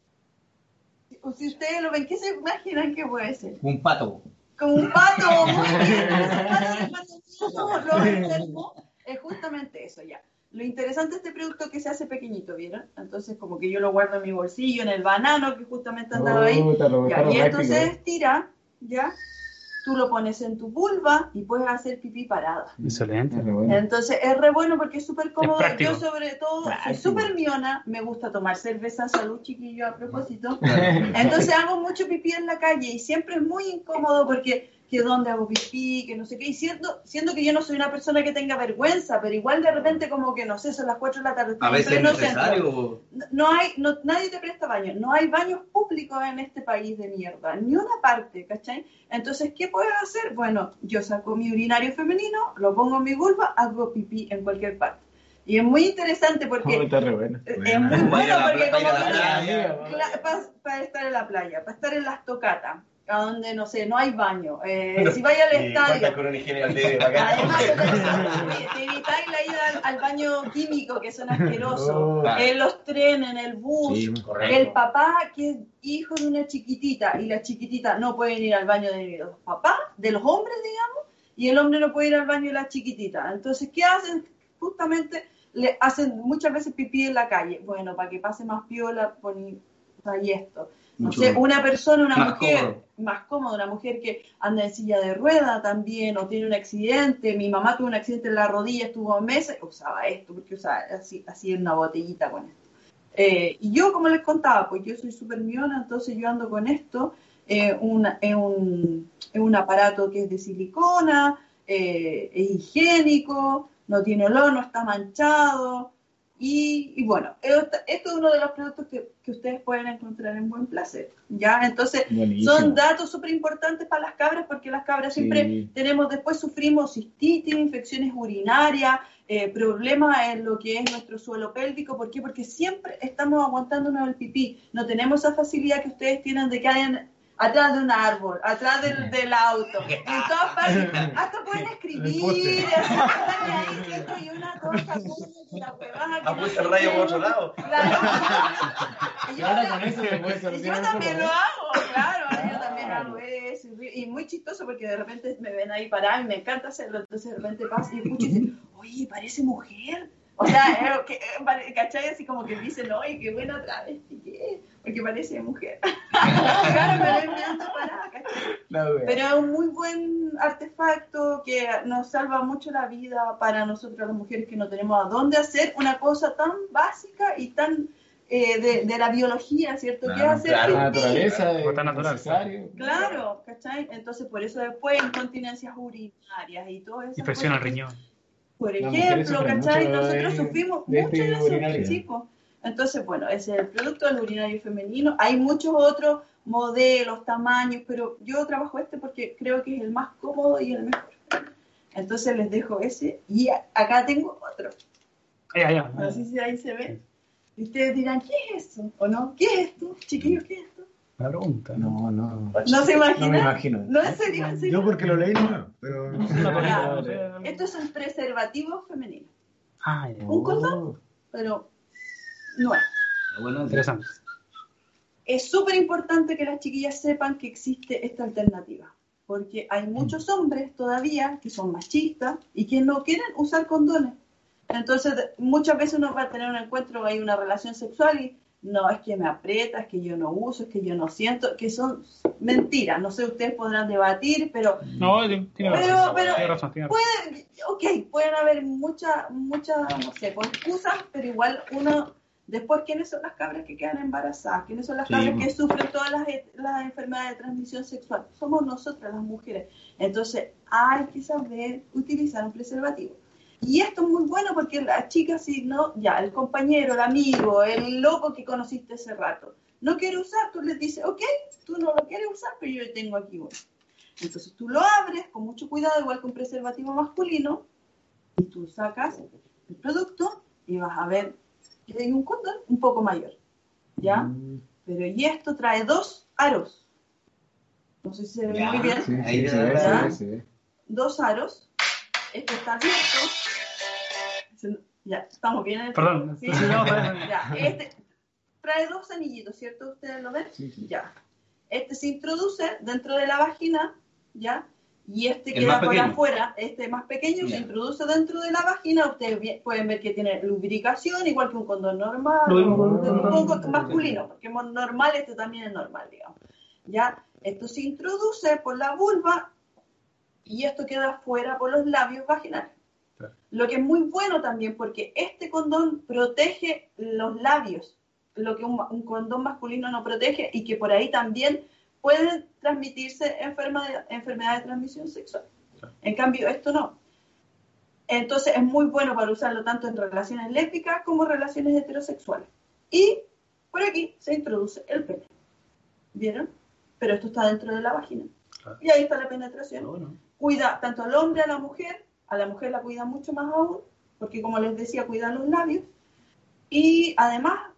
O si ustedes lo ven, ¿qué se imaginan que puede ser? Un pato. Como un pato. Muy bien. Cuando nosotros lo enfermos, es justamente eso ya. Lo interesante de este producto es que se hace pequeñito, ¿vieron? Entonces, como que yo lo guardo en mi bolsillo, en el banano que justamente andaba ahí. Puta, lo Ya, mejor y práctico, entonces ¿eh? estira, ¿ya? Tú lo pones en tu vulva y puedes hacer pipí parada. Excelente. Es re bueno. Entonces es re bueno porque es súper cómodo. práctico. Yo sobre todo soy Práctico. súper miona, me gusta tomar cerveza, salud chiquillo a propósito. Entonces hago mucho pipí en la calle y siempre es muy incómodo porque que dónde hago pipí, que no sé qué, y siendo, siendo que yo no soy una persona que tenga vergüenza, pero igual de repente como que no sé, son las cuatro de la tarde. A estoy en veces es pleno centro. necesario. No- No hay, no, nadie te presta baño, no hay baños públicos en este país de mierda, ni una parte, ¿cachai? Entonces, ¿qué puedes hacer? Bueno, yo saco mi urinario femenino, lo pongo en mi vulva, hago pipí en cualquier parte. Y es muy interesante porque Oh, está re bueno. es Buena. muy Para ir bueno a la porque pla- para como ir a la que playa. para estar en la playa, para estar en las tocatas, a donde, no sé, no hay baño. Eh, si vaya al Y estadio. cuenta con una higiene al debe, bacán. Además, te, te evitáis la ida al, al baño químico, que son asquerosos. Oh, En los trenes, en el bus. Sí, correcto. El papá que es hijo de una chiquitita y la chiquitita no puede ir al baño de los papás, de los hombres, digamos, y el hombre no puede ir al baño de la chiquitita. Entonces, ¿qué hacen? Justamente le hacen muchas veces pipí en la calle. Bueno, para que pase más piola, poní ahí esto. No Mucho sé, más. una persona, una Más mujer, cómodo. más cómoda, una mujer que anda en silla de rueda también, o tiene un accidente. Mi mamá tuvo un accidente en la rodilla, estuvo meses, usaba esto, porque usaba así, así en una botellita con esto. Eh, y yo, como les contaba, pues yo soy súper miona, entonces yo ando con esto, eh, una, es, un, es un aparato que es de silicona, eh, es higiénico, no tiene olor, no está manchado. Y, y bueno, esto, esto es uno de los productos que, que ustedes pueden encontrar en Buen Placer, ¿ya? Entonces, Buenísimo. son datos súper importantes para las cabras, porque las cabras Sí. siempre tenemos, después sufrimos cistitis, infecciones urinarias, eh, problemas en lo que es nuestro suelo pélvico. ¿Por qué? Porque siempre estamos aguantándonos el pipí. No tenemos esa facilidad que ustedes tienen de que hayan atrás de un árbol, atrás del, del auto, en todas partes, hasta pueden escribir, así, están ahí quietos y una cosa, como la huevada que Apuesta no el rayo sé por otro lado. Claro. Y yo, Ahora con eso se puede y solucionar yo un también poco, lo ¿eh? hago, claro, yo también hago eso. Y y muy chistoso porque de repente me ven ahí parada y me encanta hacerlo, entonces de repente pasa y escucho y dicen, oye, parece mujer. O sea, eh, que, eh, ¿cachai? Así como que dicen, oye, qué buena travesti que es, porque parece mujer. Claro, pero es mirando parada, ¿cachai? La wea. Pero es un muy buen artefacto que nos salva mucho la vida para nosotras las mujeres que no tenemos a dónde hacer una cosa tan básica y tan eh, de, de la biología, ¿cierto? que es hacer claro, La pipí. naturaleza Como es tan natural. necesario. Claro, ¿cachai? Entonces por eso después incontinencias urinarias y todo eso. Infección al riñón. Por Las mujeres ejemplo, sufren ¿cachai? mucho Nosotros de- sufrimos de mucho este de eso, urinario. sí, po. Entonces, bueno, ese es el producto del urinario femenino. Hay muchos otros modelos, tamaños, pero yo trabajo este porque creo que es el más cómodo y el mejor. Entonces les dejo ese y a- acá tengo otro. Allá, allá. No sé si ahí se ve. Y ustedes dirán, ¿qué es eso? ¿O no? ¿Qué es esto? Chiquillos, ¿qué es esto? La pregunta. No, no. ¿No se imaginan? No me imagino. ¿No, en serio? ¿En serio? Yo porque lo leí, no, pero... Ya. Ya. Esto es un preservativo femenino. Ah, ya. Un condón, pero no es. Bueno, Interesante. Es súper importante que las chiquillas sepan que existe esta alternativa, porque hay muchos hombres todavía que son machistas y que no quieren usar condones. Entonces, de- muchas veces uno va a tener un encuentro, hay una relación sexual y no, es que me aprieta, es que yo no uso, es que yo no siento, que son mentiras. No sé, ustedes podrán debatir, pero No, tiene tiene Pero- razón. pero- Tiene razón, tiene razón. puede, ok, pueden haber muchas, muchas, no sé, pues, excusas, pero igual uno, después, ¿quiénes son las cabras que quedan embarazadas? ¿Quiénes son las Sí, cabras pues. que sufren todas las, las enfermedades de transmisión sexual? Somos nosotras las mujeres. Entonces, hay que saber utilizar un preservativo. Y esto es muy bueno porque las chicas, si no, ya, el compañero, el amigo, el loco que conociste hace rato, no quiere usar, tú les dices, ok, tú no lo quieres usar, pero yo tengo aquí uno. Entonces tú lo abres con mucho cuidado, igual que un preservativo masculino, y tú sacas el producto y vas a ver que hay un condón un poco mayor, ¿ya? Mm. Pero y esto trae dos aros. No sé si se ve Ya, muy bien. Sí, Ahí sí, se se ve, ve, se se ve, ve, se ve. Dos aros. Este está abierto. Se- Ya, estamos bien en el Perdón. ¿sí? Sí, no, perdón. Ya, este trae dos anillitos, ¿cierto? ¿Ustedes lo ven? Sí, sí. Ya. Este se introduce dentro de la vagina, ¿ya? Y este El queda más por pequeño. afuera, este más pequeño, Ya. se introduce dentro de la vagina. Ustedes vi- pueden ver que tiene lubricación, igual que un condón normal, Lo mismo o con- un condón masculino, porque es normal, este también es normal, digamos. ¿Ya? Esto se introduce por la vulva y esto queda fuera por los labios vaginales. Claro. Lo que es muy bueno también, porque este condón protege los labios, lo que un, un condón masculino no protege y que por ahí también pueden transmitirse enferma- enfermedades de transmisión sexual. Claro. En cambio, esto no. Entonces es muy bueno para usarlo tanto en relaciones lésbicas como relaciones heterosexuales. Y por aquí se introduce el pene. ¿Vieron? Pero esto está dentro de la vagina. Claro. Y ahí está la penetración. Bueno. Cuida tanto al hombre, a la mujer. A la mujer la cuida mucho más aún, porque como les decía, cuida los labios. Y además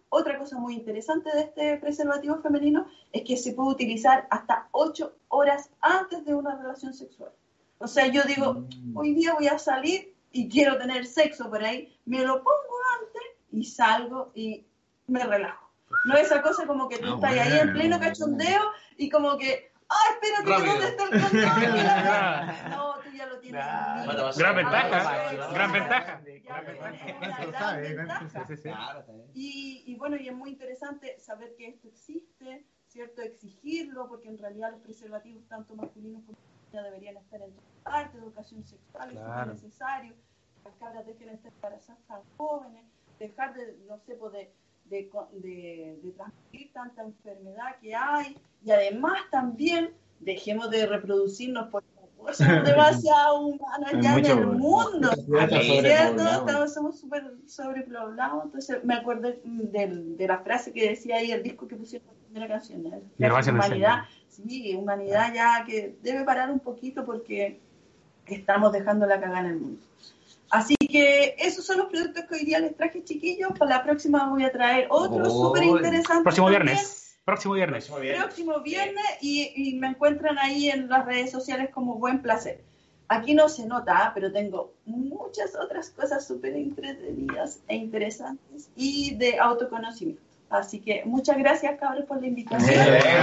Otra cosa muy interesante de este preservativo femenino es que se puede utilizar hasta ocho horas antes de una relación sexual. O sea, yo digo, hoy día voy a salir y quiero tener sexo por ahí, me lo pongo antes y salgo y me relajo. No esa cosa como que tú Ah, estás bueno, ahí en pleno bueno. cachondeo y como que, ¡ay, espérate, Rápido. ¿dónde está el condón? No, tú ya lo tienes. en Bueno, listo. Gran ventaja, Ah, gran ya, ventaja. ya, Gran ya, ventaja. ya, Lo gran sabe, ventaja. Sí, sí, sí. Claro, está bien. Y, y bueno, y es muy interesante saber que esto existe, ¿cierto? Exigirlo, porque en realidad los preservativos, tanto masculinos como femeninos, deberían estar en todas partes. Educación sexual es Claro. súper necesario. Las cabras dejen de estar embarazadas tan jóvenes, dejar de, no sé, pues de, de, de, de transmitir tanta enfermedad que hay. Y además también dejemos de reproducirnos por favor, somos demasiado humanas Hay ya en mucho- el mundo. mucha ¿Cierto? sobrepoblado. Estamos, somos súper sobrepoblados. Entonces me acordé del- de la frase que decía ahí el disco que pusieron en la primera canción. ¿eh? Y lo hacen en Humanidad, sí, humanidad ya que debe parar un poquito porque estamos dejando la cagada en el mundo. Así que esos son los productos que hoy día les traje, chiquillos. Para la próxima voy a traer otros Oh, súper interesantes. Próximo también. viernes. Próximo viernes. Muy bien. Próximo viernes y, y me encuentran ahí en las redes sociales como Buen Placer. Aquí no se nota, ¿ah? Pero tengo muchas otras cosas súper entretenidas e interesantes y de autoconocimiento. Así que muchas gracias, cabros, por la invitación.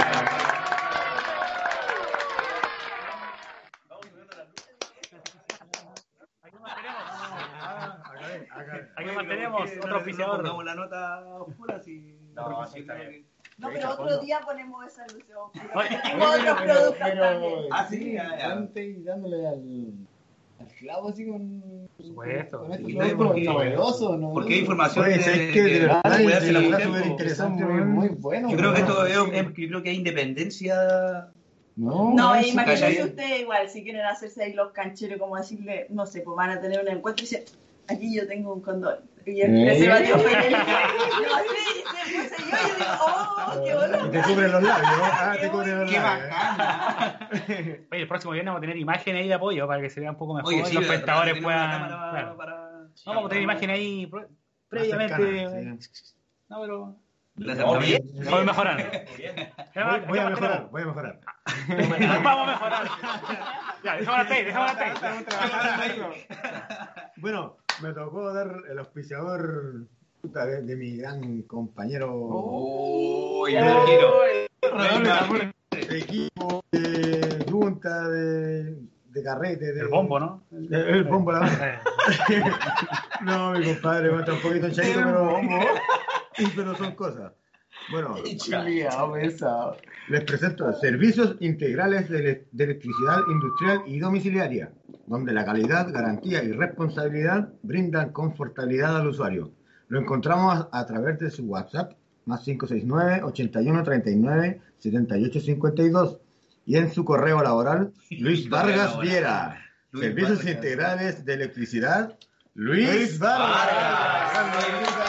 Aquí mantenemos otro auspiciador. Pongamos la nota oscura si... No, sí, está bien. No, pero otro día ponemos esa ilusión. Oye, Tengo otros productos también. Ah, sí, ya, ya. Antes y dándole al, al clavo así con, supuesto. con estos Sí, productos porque- novedosos, novedosos. Porque hay información Oye, de, ¿sabes qué? De de- verdad, de cuidarse de la verdad, mujer, súper po. interesante, Son muy, weón. muy buenos. Yo creo que esto weón. es, es- yo creo que hay independencia. No, No, es imagínense calladito. ustedes igual, si quieren hacerse ahí los cancheros, como decirle, no sé, pues van a tener un encuentro y dicen, aquí yo tengo un condón. Y el ¿Eh? preservativo femenino. No, sí, se puse yo y digo, oh, qué Y bueno. te cubre los labios, ¿no? Ah, Qué te cubre los Qué labios. bacana. Oye, el próximo viernes vamos a tener imágenes ahí de apoyo para que se vea un poco mejor Oye, y sí, los de verdad, espectadores tenemos una puedan. cámara Claro. para- No, vamos a tener imágenes ahí pre- Más previamente. cercana, sí. No, pero. La- No, la- bien. Vamos mejorando. Muy bien. Voy, voy a mejorar, voy a mejorar. Vamos a mejorar. Ya, dejamos la tape, dejamos la tape. Bueno, me tocó dar el auspiciador puta, de, de mi gran compañero Uy, de, me imagino. de equipo, de junta, de, de carrete. De, El bombo, ¿no? El, el bombo, la verdad. Eh, No, mi compadre, me está un poquito chanito, pero, pero son cosas. Bueno, Chuleado, pesado. les presento servicios integrales de, ele- de electricidad industrial y domiciliaria, donde la calidad, garantía y responsabilidad brindan confortabilidad al usuario. Lo encontramos a, a través de su WhatsApp, más cinco seis nueve, ochenta y uno, treinta y nueve, setenta y ocho cincuenta y dos, y en su correo laboral, Luis Vargas Viera. Luis Servicios Vargas. integrales de electricidad, Luis, Luis Vargas.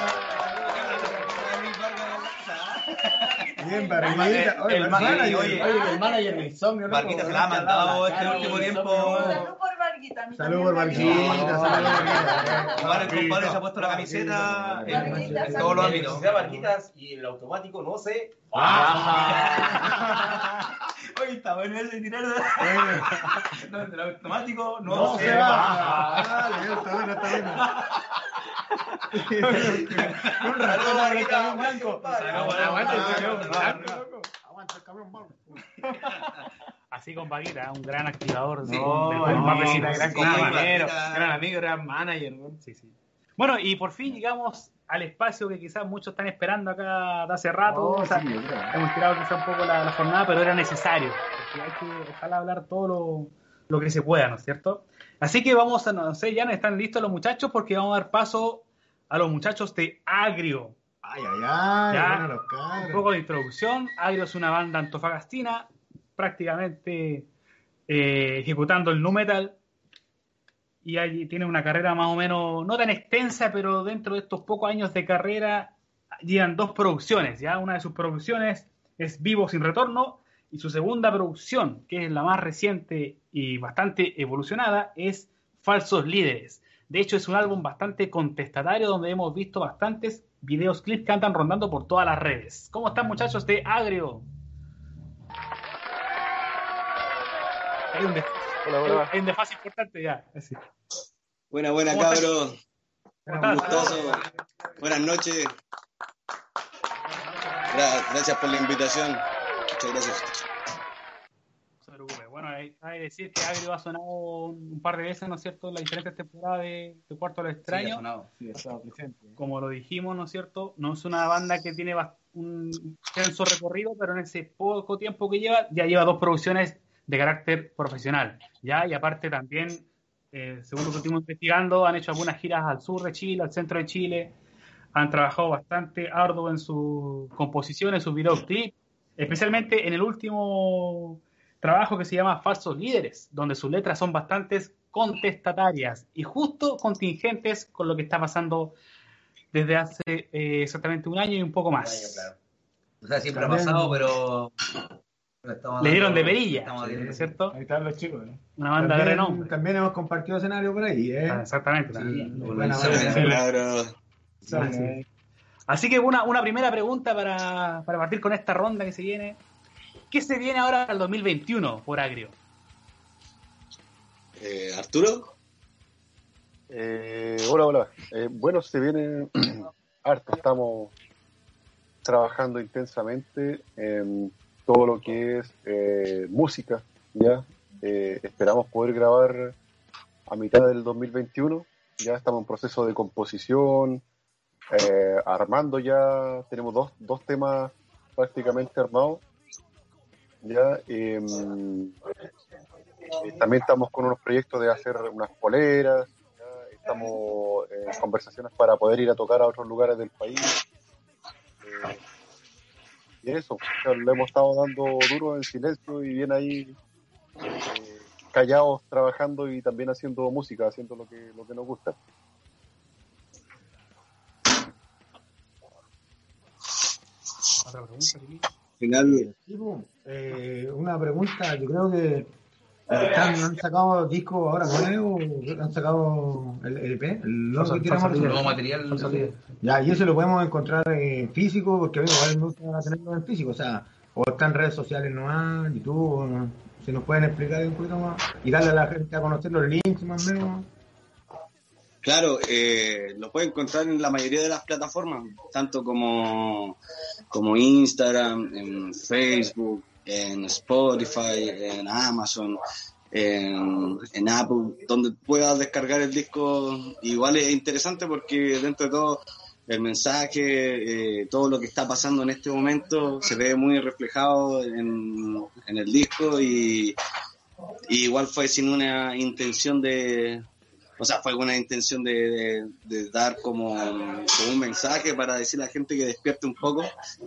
Bien, Barriguita. Oye, El el ma- manager. oye, Oye, que el manager de Insomnio, loco, Marquita se weón, la ha que mandado la este cara, último weón, tiempo. Insomnio, weón. Salud por Varguita. a mí Salud también por me Barriguita, ayuda. salud por Barriguita. Omar, el compadre se ha puesto la camiseta en, Barriguita, en salud. todos los La ámbitos. electricidad, Marquitas, y el automático no sé. Oye, está bueno ese tirar. No, el automático no, No se se va. va. Dale, está bueno, está bueno. Un ratón ahora el camión blanco. Aguanta el camión blanco, loco. Aguanta el camión blanco. Así con Vaguita, un gran activador de, No, de, de no, Mapecita, gran sí, compañero. Vaguita. Gran amigo, gran manager, weón. Sí, sí. Bueno, y por fin llegamos al espacio que quizás muchos están esperando acá de hace rato. Oh, O sea, sí, yo creo. hemos tirado quizá un poco la, la jornada, pero era necesario. Porque hay que ojalá hablar todo lo, lo que se pueda, ¿no es cierto? Así que vamos a, no sé, ya no están listos los muchachos porque vamos a dar paso a los muchachos de Agrio. Ay, ay, ay. Ya, Bueno, los Un cabros. poco de introducción. Agrio es una banda antofagastina, prácticamente eh, ejecutando el nu metal. Y allí tiene una carrera más o menos, no tan extensa, pero dentro de estos pocos años de carrera llevan dos producciones. Ya una de sus producciones es Vivo Sin Retorno y su segunda producción, que es la más reciente y bastante evolucionada, es Falsos Líderes. De hecho, es un álbum bastante contestatario donde hemos visto bastantes videos, clips que andan rondando por todas las redes. ¿Cómo están, muchachos de Agrio? Hay un desfase, Hola, hola. hay un desfase importante ya. Así. Buena, buena, ¿Cómo estás? cabros. ¿Cómo Un estás? gustoso. Buenas noches. Gra- gracias por la invitación. Muchas gracias. No se preocupe. Bueno, hay, hay que decir que Agrio ha sonado un, un par de veces, ¿no es cierto?, en las diferentes temporadas de, de Cuarto de lo Sí, ha Extraño. sonado, sí, ha estado presente. Como lo dijimos, ¿no es cierto? No es una banda que tiene bast- un extenso recorrido, pero en ese poco tiempo que lleva, ya lleva dos producciones de carácter profesional, ¿ya? Y aparte también, eh, según lo que estuvimos investigando, han hecho algunas giras al sur de Chile, al centro de Chile, han trabajado bastante arduo en sus composiciones, sus videoclips, especialmente en el último trabajo que se llama Falsos Líderes, donde sus letras son bastante contestatarias y justo contingentes con lo que está pasando desde hace eh, exactamente un año y un poco más. Un año, claro. O sea, siempre También- ha pasado, pero... pero estamos Le dieron dando- de perilla, estamos ¿no viendo. es cierto? Ahí están los chicos. ¿eh? Una banda de También, renombre. también hemos compartido escenario por ahí, ¿eh? Ah, exactamente. Sí, también. bueno, Buena, sí, buena. sí. Cabros. Son, Sí. eh, Así que una, una primera pregunta para, para partir con esta ronda que se viene. ¿Qué se viene ahora para el dos mil veintiuno por Agrio? Eh, Arturo. Eh, hola, hola. Eh, bueno, se viene harto. Estamos trabajando intensamente en todo lo que es eh, música, ¿ya? Eh, esperamos poder grabar a mitad del dos mil veintiuno. Ya estamos en proceso de composición, eh, armando ya. Tenemos dos, dos temas prácticamente armados. Ya, eh, eh, también estamos con unos proyectos de hacer unas poleras. Ya, estamos en conversaciones para poder ir a tocar a otros lugares del país. Eh, y eso, o sea, le hemos estado dando duro en silencio y bien ahí eh, callados trabajando y también haciendo música, haciendo lo que lo que nos gusta. Otra pregunta, Lili. Final. sí, pues, eh, una pregunta, yo creo que están, han sacado discos ahora nuevos, han sacado el E P, el nuevo que tiramos El nosotros. nuevo material. Falsos Ya, y eso lo podemos encontrar en físico, porque a mí igual me gusta tenerlo en físico, o sea, o está en redes sociales nomás, YouTube, o no, si nos pueden explicar un poquito más y darle a la gente a conocer los links más o menos. Claro, eh, lo pueden encontrar en la mayoría de las plataformas, tanto como, como Instagram, en Facebook, en Spotify, en Amazon, en, en Apple, donde puedas descargar el disco. Igual es interesante porque dentro de todo el mensaje, eh, todo lo que está pasando en este momento se ve muy reflejado en, en el disco y, y igual fue sin una intención de... O sea, fue una intención de, de, de dar como, como un mensaje para decirle a la gente que despierte un poco,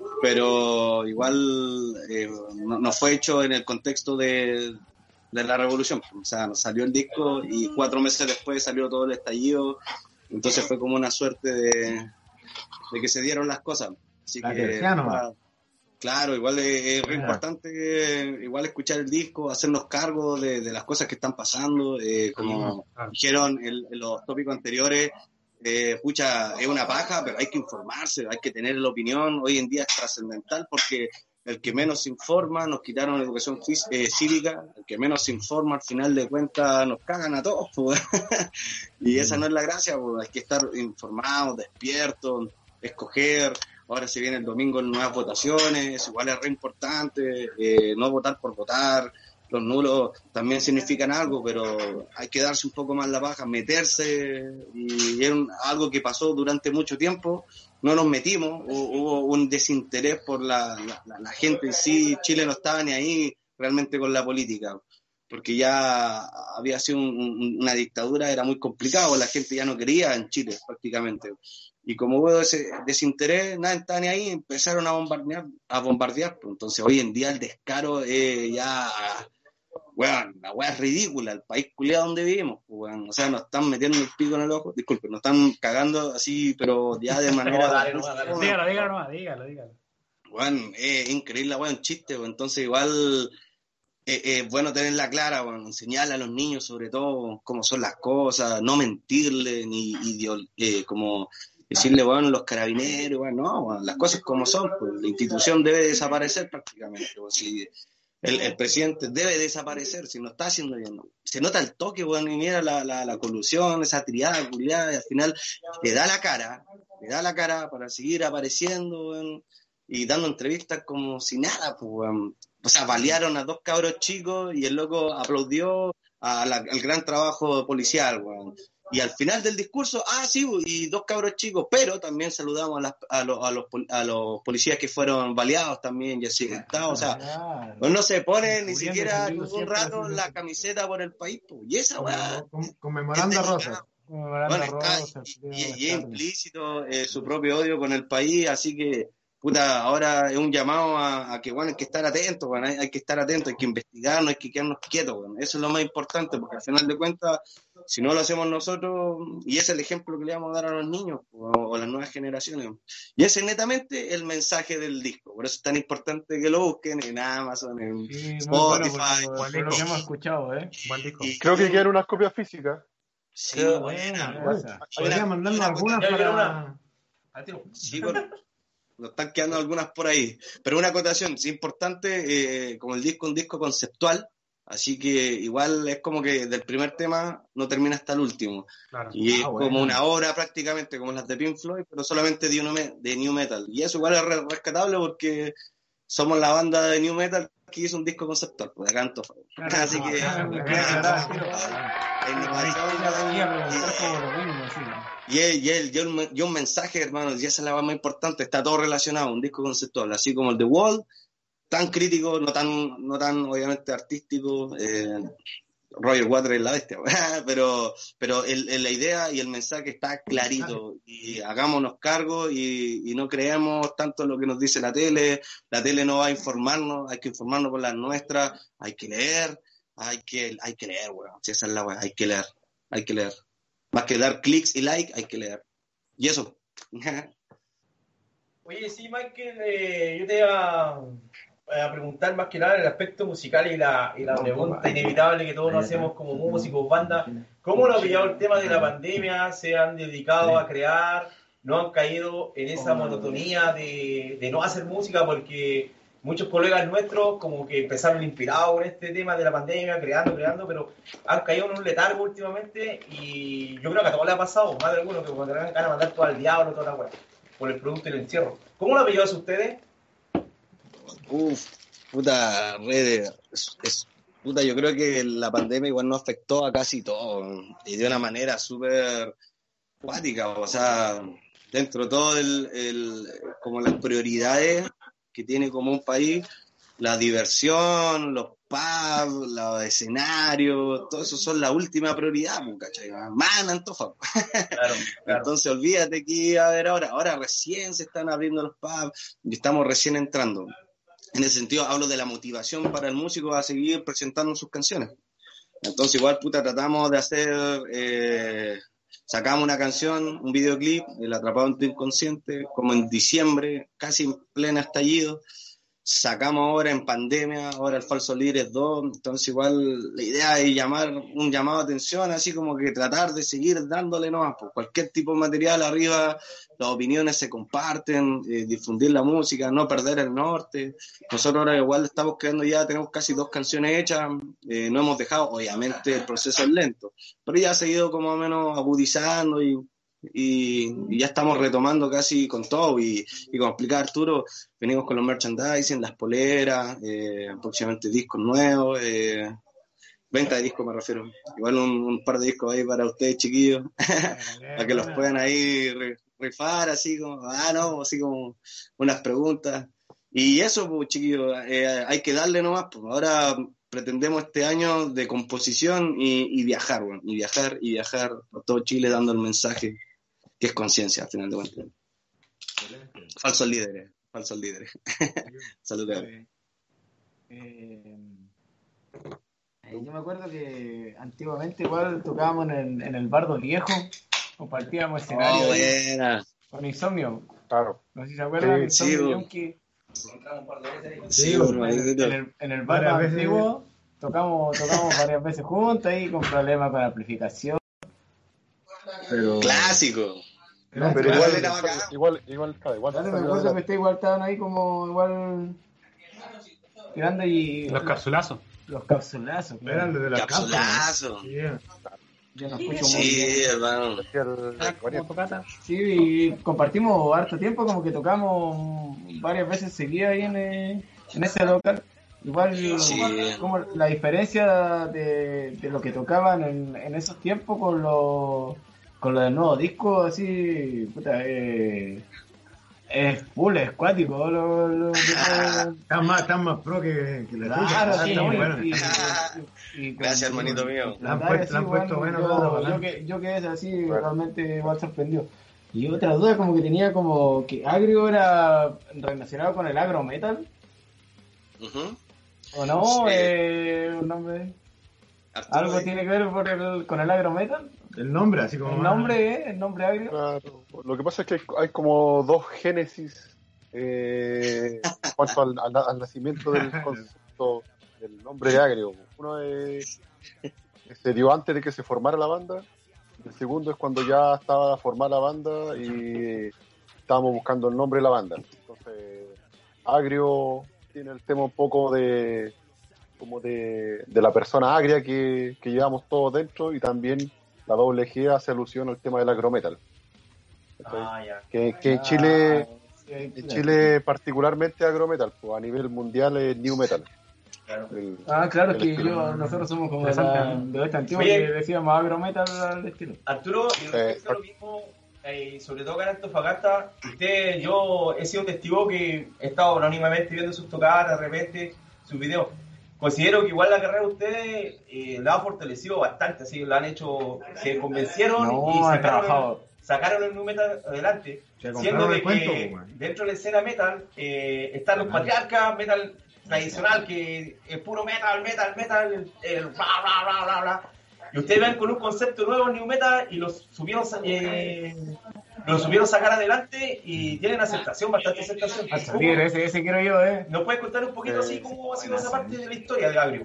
pero igual eh, no, no fue hecho en el contexto de, de la revolución. O sea, nos salió el disco y cuatro meses después salió todo el estallido, entonces fue como una suerte de, de que se dieron las cosas. Así La que, tercera nomás. ah, claro, igual es, es re Ah. importante eh, igual escuchar el disco, hacernos cargo de, de las cosas que están pasando, eh, como Claro. dijeron en, en los tópicos anteriores, eh, pucha, es una paja, pero hay que informarse, hay que tener la opinión. Hoy en día es trascendental porque el que menos se informa, nos quitaron educación fí- eh, cívica, el que menos se informa, al final de cuentas nos cagan a todos, pues. Y esa no es la gracia, pues. Hay que estar informados, despiertos, escoger. Ahora se viene el domingo nuevas votaciones, igual es re importante, eh, no votar por votar. Los nulos también significan algo, pero hay que darse un poco más la paja, meterse, y es un- algo que pasó durante mucho tiempo. No nos metimos, hu- hubo un desinterés por la, la, la- la gente en sí. Chile no estaba ni ahí realmente con la política, porque ya había sido un- un- una dictadura, era muy complicado, la gente ya no quería en Chile prácticamente. Y como hubo ese desinterés, nadie estaba ni ahí, empezaron a bombardear, a bombardear. Pues. Entonces hoy en día el descaro eh, ya, weón, la weá es ridícula, el país culiado donde vivimos, pues, weón. O sea, nos están metiendo el pico en el ojo, disculpe, nos están cagando así, pero ya de manera... No, dale, no, dale. Dígalo, dígalo, nomás, dígalo, dígalo. Bueno, es increíble, bueno, un chiste, bueno. Entonces igual es eh, eh, bueno tenerla clara, bueno, enseñarle a los niños sobre todo cómo son las cosas, no mentirle, ni ideo- eh, como decirle, bueno, los carabineros, bueno, no, bueno, las cosas como son, pues la institución debe desaparecer prácticamente, pues, si el, el presidente debe desaparecer, si no está haciendo bien, ¿no? Se nota el toque, bueno, y mira la, la, la colusión, esa triada, culiada, y al final le da la cara, le da la cara para seguir apareciendo, bueno, y dando entrevistas como si nada, pues, bueno. O sea, balearon a dos cabros chicos y el loco aplaudió a la, al gran trabajo policial, bueno. Y al final del discurso, ah, sí, y dos cabros chicos, pero también saludamos a, las, a, los, a, los, a los policías que fueron baleados también y así, o sea, pues no se pone ni siquiera un rato la camiseta por el país, pues, y esa weá. Conmemorando a Rosa. Bueno, está, y, y es implícito eh, su propio odio con el país, así que, puta, ahora es un llamado a, a que, bueno, hay que estar atentos, bueno, hay, hay que estar atentos, hay que investigar, no hay que quedarnos quietos, bueno. Eso es lo más importante, porque al final de cuentas, si no lo hacemos nosotros, y ese es el ejemplo que le vamos a dar a los niños o, o a las nuevas generaciones, y ese es netamente el mensaje del disco, por eso es tan importante que lo busquen en Amazon, en sí, Spotify, bueno, por, por lo que hemos escuchado, ¿eh? Buen disco. Y creo que quedan unas copias físicas. Sí, Qué buena, buena. Podría mandarnos algunas para... Una... Sí, bueno. Nos están quedando algunas por ahí. Pero una acotación, es importante, eh, como el disco es un disco conceptual, así que igual es como que del primer tema no termina hasta el último. Claro. Y ah, es bueno. Como una obra prácticamente, como las de Pink Floyd, pero solamente de, de New Metal. Y eso igual es rescatable porque somos la banda de New Metal que hizo un disco conceptual, pues acá en Tofa. Claro, así no, que... Claro, Y, el, y, el, y, el, y un mensaje, hermano, y esa es la más importante, está todo relacionado, un disco conceptual, así como el The Wall, tan crítico, no tan, no tan obviamente artístico, eh, Roger Waters es la bestia, pero, pero el, el, la idea y el mensaje está clarito, y hagámonos cargo y, y no creemos tanto en lo que nos dice la tele, la tele no va a informarnos, hay que informarnos por las nuestras, hay que leer, hay que, hay que leer, weón, si esa es la weá, hay que leer, hay que leer. Más que dar clics y like, hay que leer. Y eso. Oye, sí, Michael, eh, yo te iba a preguntar más que nada el aspecto musical y la, y la pregunta inevitable que todos nos hacemos como músicos, banda. ¿Cómo lo ha pillado el tema de la pandemia? ¿Se han dedicado a crear? ¿No han caído en esa monotonía de, de no hacer música? Porque muchos colegas nuestros como que empezaron inspirados en este tema de la pandemia, creando, creando, pero han caído en un letargo últimamente y yo creo que a todos les ha pasado, más de algunos que cuando ganas de mandar todo al diablo, toda la weá, por el producto y el encierro. ¿Cómo lo han pillado ustedes? Uf, puta, red, es, es, puta, yo creo que la pandemia igual nos afectó a casi todo y de una manera súper cuática, o sea, dentro de todo el, el, como las prioridades que tiene como un país, la diversión, los pubs, los escenarios, todo eso son la última prioridad, ¿cachai? Más en Antofa. Claro, claro. Entonces olvídate que iba a haber ahora, ahora recién se están abriendo los pubs y estamos recién entrando. En ese sentido hablo de la motivación para el músico a seguir presentando sus canciones. Entonces igual, puta, tratamos de hacer... Eh, sacamos una canción, un videoclip, El Atrapado en tu Inconsciente, como en diciembre, casi en pleno estallido. Sacamos ahora en pandemia, ahora el Falsos Líderes dos, entonces igual la idea es llamar un llamado de atención, así como que tratar de seguir dándole nomás, por cualquier tipo de material arriba, las opiniones se comparten, eh, difundir la música, no perder el norte. Nosotros ahora igual estamos creando ya, tenemos casi dos canciones hechas, eh, no hemos dejado, obviamente el proceso es lento, pero ya se ha ido como menos agudizando y Y, y ya estamos retomando casi con todo y, y como explica Arturo, venimos con los merchandising, las poleras, eh, próximamente discos nuevos, eh, venta de discos me refiero, igual un, un par de discos ahí para ustedes chiquillos, para que los puedan ahí rifar así como, ah no, así como unas preguntas, y eso pues chiquillos, eh, hay que darle nomás, pues ahora pretendemos este año de composición y, y viajar, bueno, y viajar y viajar por todo Chile dando el mensaje que es conciencia, al final de cuentas. Falsos líderes, falsos líderes. Saludos. Eh, yo me acuerdo que antiguamente igual tocábamos en el, en el Bardo Viejo, compartíamos escenario oh, buena. Con Insomnio. Claro. No sé si se acuerdan, sí, Insomnio sí, Sí, en el, en el bar antiguo tocamos, tocamos varias veces juntos ahí con problemas con amplificación. Pero... Clásico. No, pero igual, igual, igual, claro, igual. Claro, me acuerdo que ustedes igual estaban ahí como igual tirando y... Los capsulazos. Los capsulazos. Claro. Eran los de la Capsulazo. Yeah. Yo no escucho Sí, muy bien. hermano. Sí, y compartimos harto tiempo, como que tocamos varias veces seguidas ahí en, eh, en ese local. Igual, Sí. como la diferencia de, de lo que tocaban en, en esos tiempos con los con los del nuevo disco, así, puta, eh, es full, es cuático. Lo, lo, Están más, están más pro que, que la Claro, tuya. sí, Está muy y- bueno. y- y- Gracias, hermanito mío. La han Dale, puesto- sí, la han puesto bueno, bueno, yo, bueno, yo que, yo quedé así realmente igual sorprendido. Y otra duda como que tenía como que Agrio era relacionado con el agro metal, Ujú. ¿o no? Sí. Eh, un nombre... Arturo, ¿Algo eh. tiene que ver por el, con el agro metal? El nombre, así como. ¿El nombre, eh? ¿El nombre agrio? Claro. Lo que pasa es que hay, hay como dos génesis eh, en cuanto al, al- al nacimiento del concepto del nombre de agrio. Uno es, que se dio antes de que se formara la banda. El segundo es cuando ya estaba formada la banda y estábamos buscando el nombre de la banda. Entonces, agrio tiene el tema un poco de como de, de la persona agria que, que llevamos todos dentro, y también la doble G hace alusión al tema del agrometal. Ah, ya. Que, que en Chile, en Chile particularmente agrometal, pues a nivel mundial es new metal. El- Ah, claro, el que estilo. yo, nosotros somos como de, Interesante, la, ¿no? de esta antigua Oye. que decíamos agro metal al estilo. Arturo, y respecto a lo mismo, eh, sobre todo acá en Antofagasta, usted, yo he sido un testigo que he estado anónimamente viendo sus tocadas, de repente, sus videos. Considero que igual la carrera de ustedes eh, la ha fortalecido bastante, así la han hecho, se convencieron No, y han sacaron, trabajado. sacaron el nu metal adelante, Se siendo compraron de el cuento, que pues, man. dentro de la escena metal eh, están los patriarcas, metal tradicional, que es puro metal, metal, metal, el, el bla, bla, bla, bla, bla. Y ustedes ven con un concepto nuevo en New Metal y los subieron, eh, los subieron sacar adelante y tienen aceptación, bastante aceptación. A salir, ese, ese quiero yo, ¿eh? ¿Nos puedes contar un poquito así cómo ha sido esa parte de la historia de Agrio?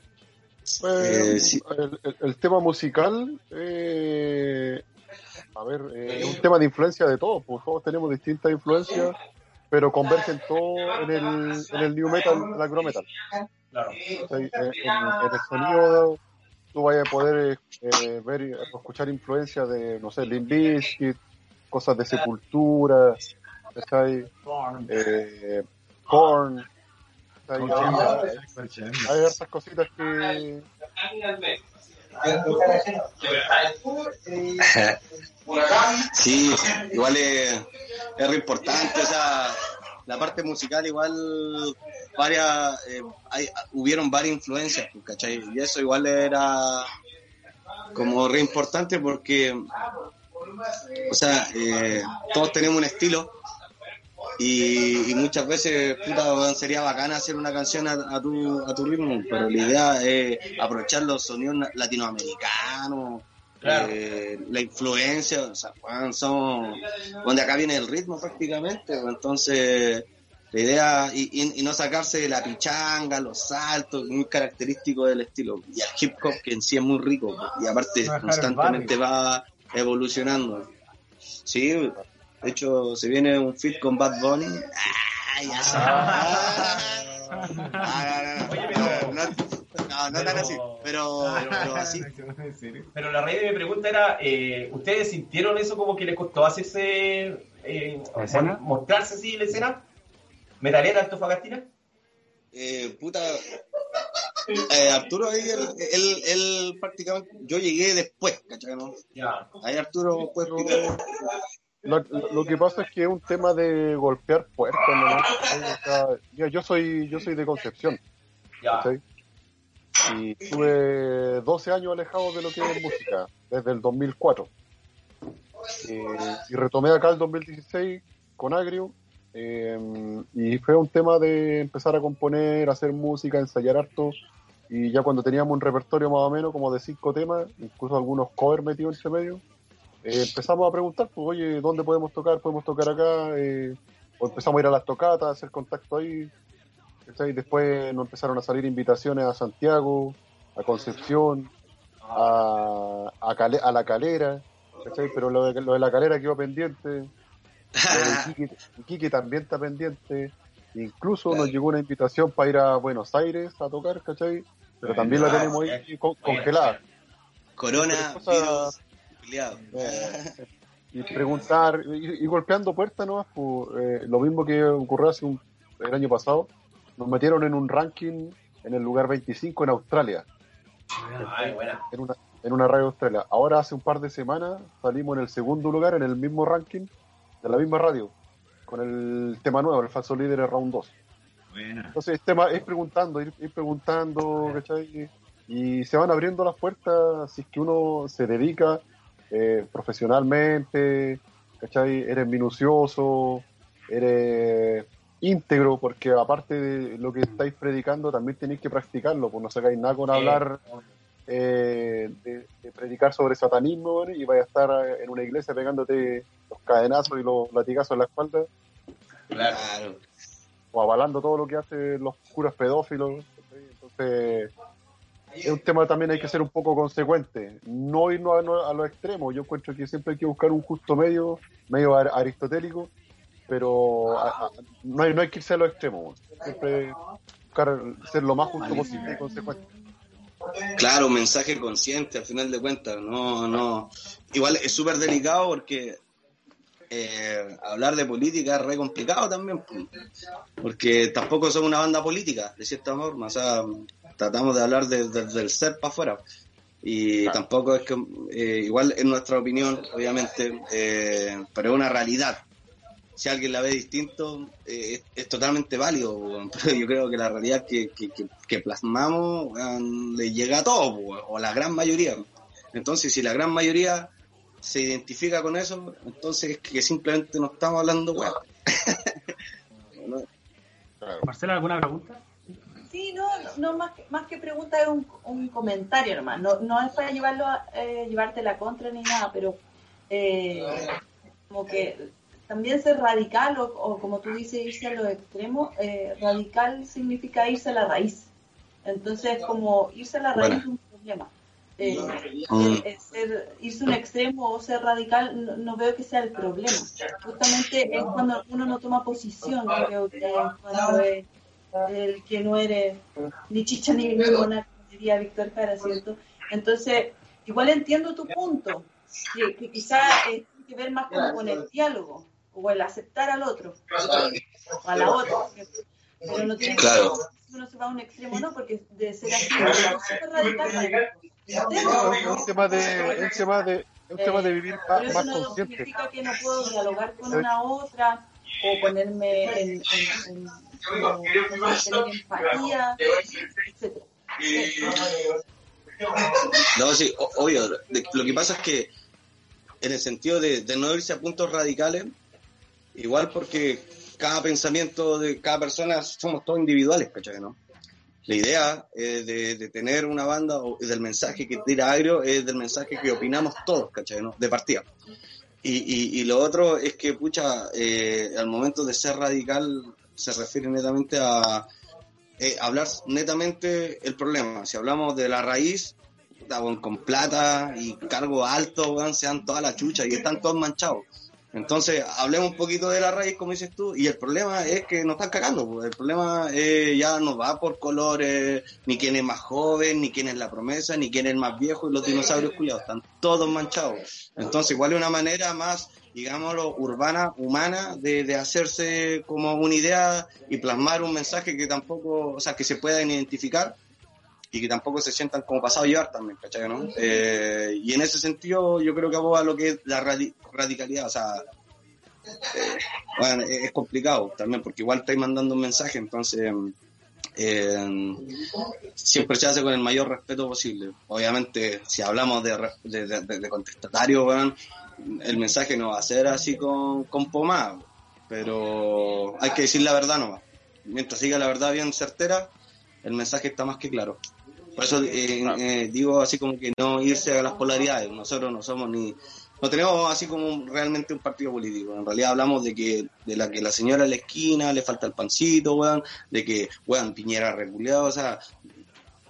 Pues, Eh, sí. el, el- el tema musical, eh, a ver, eh, es un tema de influencia de todos, pues todos tenemos distintas influencias, pero convergen todos en el, en el new metal, el agro metal. Claro. O sea, en, en- en el sonido tú vas a poder eh, ver y escuchar influencias de, no sé, Limp Bizkit, cosas de Sepultura, ¿cachai? Eh, Korn, ¿cachai? Hay, hay hartas cositas que... Sí, igual es, es re importante, o sea, la parte musical igual varias, eh, hay, hubieron varias influencias, pues, ¿cachai? Y eso igual era como re importante porque, o sea, eh, todos tenemos un estilo y, y muchas veces, puta, weón, sería bacana hacer una canción a, a tu a tu ritmo, pero la idea es aprovechar los sonidos na- latinoamericanos, Claro. eh, la influencia, o sea, weón, somos, donde acá viene el ritmo prácticamente, pues, entonces la idea, y, y, y no sacarse de la pichanga, los saltos, muy característico del estilo, y el hip hop que en sí es muy rico, pues, y aparte Bajar el constantemente va evolucionando. Sí, de hecho se viene un feat con Bad Bunny. ¡Ay, ya sabes! Ah, no, no, Oye, no, pero- no, no, no tan así, pero, pero así. Pero la raíz de mi pregunta era, eh, ¿ustedes sintieron eso como que les costó hacerse, eh, ¿La escena? mostrarse así en la escena? ¿Metalera Antofagastina? Eh, puta, eh, Arturo ahí, él, él, él prácticamente, yo llegué después, ¿cachai? ¿No? Ya. Ahí Arturo puede explicar. Lo, lo que pasa es que es un tema de golpear puertas, ¿no? O sea, yo, yo soy yo soy de Concepción, Ya. ¿cachai? Y estuve doce años alejado de lo que es música, desde el dos mil cuatro. Eh, y retomé acá el dos mil dieciséis con Agrio, eh, y fue un tema de empezar a componer, hacer música, ensayar harto, y ya cuando teníamos un repertorio más o menos como de cinco temas, incluso algunos covers metidos entre medio, eh, empezamos a preguntar, pues oye, ¿dónde podemos tocar? ¿Podemos tocar acá? Eh, o empezamos a ir a las tocatas, a hacer contacto ahí. ¿Cachai? Después nos empezaron a salir invitaciones a Santiago, a Concepción, a, a, Cale- a La Calera, ¿cachai? Pero lo de, lo de la Calera quedó pendiente. Iquique, Iquique también está pendiente. Incluso nos llegó una invitación para ir a Buenos Aires a tocar, ¿cachai? Pero también la tenemos ahí con, congelada. Corona, cosas, virus, eh, y preguntar, y, y golpeando puertas, ¿no? Pues, eh, lo mismo que ocurrió hace un, el año pasado. Nos metieron en un ranking en el lugar veinticinco en Australia. Ay, buena. En una, en una radio Australia. Ahora hace un par de semanas salimos en el segundo lugar en el mismo ranking de la misma radio, con el tema nuevo, el falso líder round dos. Buena. Entonces el tema es preguntando, ir, ir preguntando, ¿cachai? Y se van abriendo las puertas si es que uno se dedica eh, profesionalmente, ¿cachai? Eres minucioso, eres íntegro, porque aparte de lo que estáis predicando también tenéis que practicarlo, pues no sacáis nada con hablar eh, de, de predicar sobre satanismo, ¿no? Y vais a estar en una iglesia pegándote los cadenazos y los latigazos en la espalda, claro, o avalando todo lo que hacen los curas pedófilos, ¿cachai? Entonces es un tema también, hay que ser un poco consecuente, no irnos a, a los extremos. Yo encuentro que siempre hay que buscar un justo medio, medio ar- aristotélico, pero a, a, no, hay, no hay que irse a los extremos, siempre buscar ser lo más justo posible y consecuente. Claro, un mensaje consciente al final de cuentas. No, no. Igual es súper delicado porque eh, hablar de política es re complicado también, porque tampoco somos una banda política, de cierta forma. O sea, tratamos de hablar de, de, del ser para afuera. Y claro, tampoco es que, eh, igual en nuestra opinión, obviamente, eh, pero es una realidad. Si alguien la ve distinto, eh, es, es totalmente válido, bueno, pero yo creo que la realidad que, que, que, que plasmamos, bueno, le llega a todos, bueno, o a la gran mayoría. Entonces, si la gran mayoría se identifica con eso, entonces es que simplemente no estamos hablando, bueno. Bueno. Marcela, ¿alguna pregunta? Sí, no, no más, que, más que pregunta es un, un comentario nomás. No, no es para llevarlo a, eh, llevarte la contra ni nada, pero eh, como que también ser radical o, o como tú dices, irse a los extremos, eh, radical significa irse a la raíz. Entonces, como irse a la raíz bueno. es un problema. Eh, mm. eh, ser, irse a un extremo o ser radical no, no veo que sea el problema. Justamente es cuando uno no toma posición, no creo que es cuando es el que no eres ni chicha ni limona, como diría Víctor Jara, ¿cierto? Entonces, igual entiendo tu punto, que, que quizá eh, tiene que ver más como con el diálogo o el aceptar al otro o a la otra, pero no tiene que ver si uno se va a un extremo, no, porque de ser así es radical. Es un tema de, un tema de, un tema de vivir más, pero más eso no consciente. Significa que no puedo dialogar con una otra o ponerme en, en, en, en, en empatía, etcétera. No, sí, obvio. Lo que pasa es que en el sentido de, de no irse a puntos radicales, igual porque cada pensamiento de cada persona somos todos individuales, ¿cachai? ¿No? La idea eh, de, de tener una banda o del mensaje que tira Agrio es del mensaje que opinamos todos, ¿cachai? ¿No? De partida. Y, y, y lo otro es que, pucha, eh, al momento de ser radical se refiere netamente a eh, hablar netamente el problema. Si hablamos de la raíz, con plata y cargo alto, weón, se dan toda la chucha y están todos manchados. Entonces, hablemos un poquito de la raíz, como dices tú, y el problema es que nos están cagando, pues. El problema eh, ya no va por colores, ni quién es más joven, ni quién es la promesa, ni quién es el más viejo, y los dinosaurios culiados, están todos manchados. Entonces, igual es una manera más, digámoslo, urbana, humana, de, de hacerse como una idea y plasmar un mensaje que tampoco, o sea, que se puedan identificar, y que tampoco se sientan como pasado a llevar también, ¿cachai? ¿No? Eh, y en ese sentido yo creo que aboga lo que es la radi- radicalidad, o sea, eh, bueno, es, es complicado también, porque igual estáis mandando un mensaje, entonces eh, siempre se hace con el mayor respeto posible. Obviamente, si hablamos de, de, de, de contestatario, bueno, el mensaje no va a ser así con, con pomada, pero hay que decir la verdad nomás. Mientras siga la verdad bien certera, el mensaje está más que claro. Por eso eh, eh, digo así como que no irse a las polaridades. Nosotros no somos ni, no tenemos así como un, realmente un partido político. En realidad hablamos de que de la que la señora en la esquina le falta el pancito, weón, de que weón Piñera reculeado, o sea,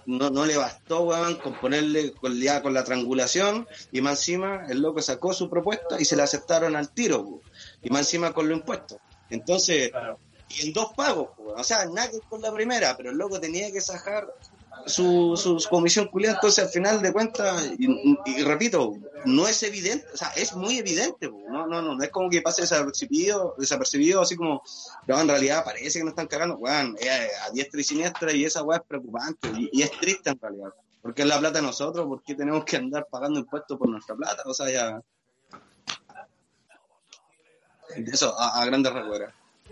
no, no le bastó, weón, con ponerle con, ya con la triangulación, y más encima el loco sacó su propuesta y se la aceptaron al tiro, weón, y más encima con los impuestos. Entonces, claro. Y en dos pagos, weón, o sea, nada que con la primera, pero el loco tenía que sacar su, su, su comisión culiada. Entonces, al final de cuentas, y, y, y repito, no es evidente, o sea, es muy evidente, no, no, no, no es como que pase desapercibido, desapercibido así como, no, en realidad parece que no están cagando, weón, es a diestra y siniestra, y esa weá es preocupante, y, y es triste en realidad, porque es la plata de nosotros, porque tenemos que andar pagando impuestos por nuestra plata, o sea, ya, eso, a, a grandes rasgos.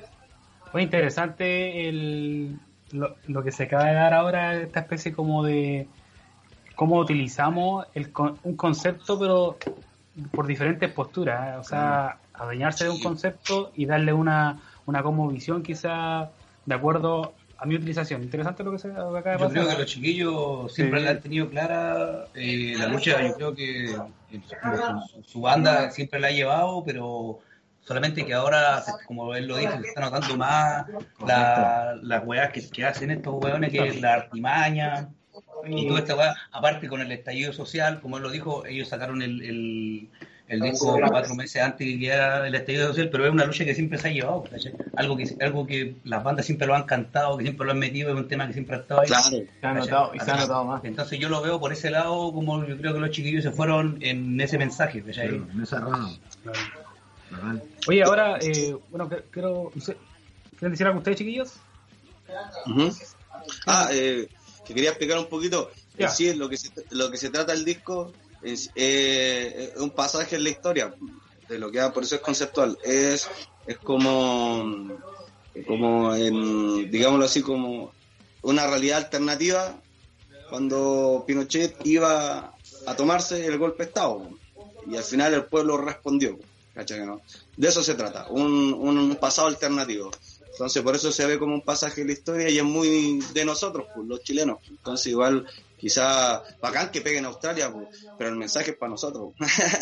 Fue interesante el, lo, lo que se acaba de dar ahora, esta especie como de cómo utilizamos el, un concepto, pero por diferentes posturas, ¿eh? O sea, adueñarse de un concepto y darle una, una como visión quizá de acuerdo a mi utilización. Interesante lo que, se, lo que acaba de pasar. Yo creo que los chiquillos siempre sí. la han tenido clara, eh, la lucha, yo creo que su, su banda siempre la ha llevado, pero solamente que ahora, como él lo dijo, se está notando más la, las weas que, que hacen estos weones, que es la artimaña y toda esta wea. Aparte con el estallido social, como él lo dijo, ellos sacaron el, el, el disco cuatro meses antes que era el estallido social, pero es una lucha que siempre se ha llevado, ¿cachai? Algo que algo que las bandas siempre lo han cantado, que siempre lo han metido, es un tema que siempre ha estado ahí. Claro, se ha notado, y se ha notado más. Entonces yo lo veo por ese lado, como yo creo que los chiquillos se fueron en ese mensaje, ¿cachai? Sí, en esa rama. Claro. Oye, ahora, eh, bueno, quiero, no sé, ¿quieren decir algo ustedes, chiquillos? Uh-huh. Ah, eh, que quería explicar un poquito, yeah. en sí, lo que se, lo que se trata el disco es eh, un pasaje en la historia, de lo que por eso es conceptual, es, es como, como en, digámoslo así, como una realidad alternativa cuando Pinochet iba a tomarse el golpe de Estado, y al final el pueblo respondió. ¿No? De eso se trata, un, un pasado alternativo. Entonces por eso se ve como un pasaje de la historia y es muy de nosotros, pues, los chilenos. Entonces igual, quizá bacán que peguen a Australia, pues, pero el mensaje es para nosotros.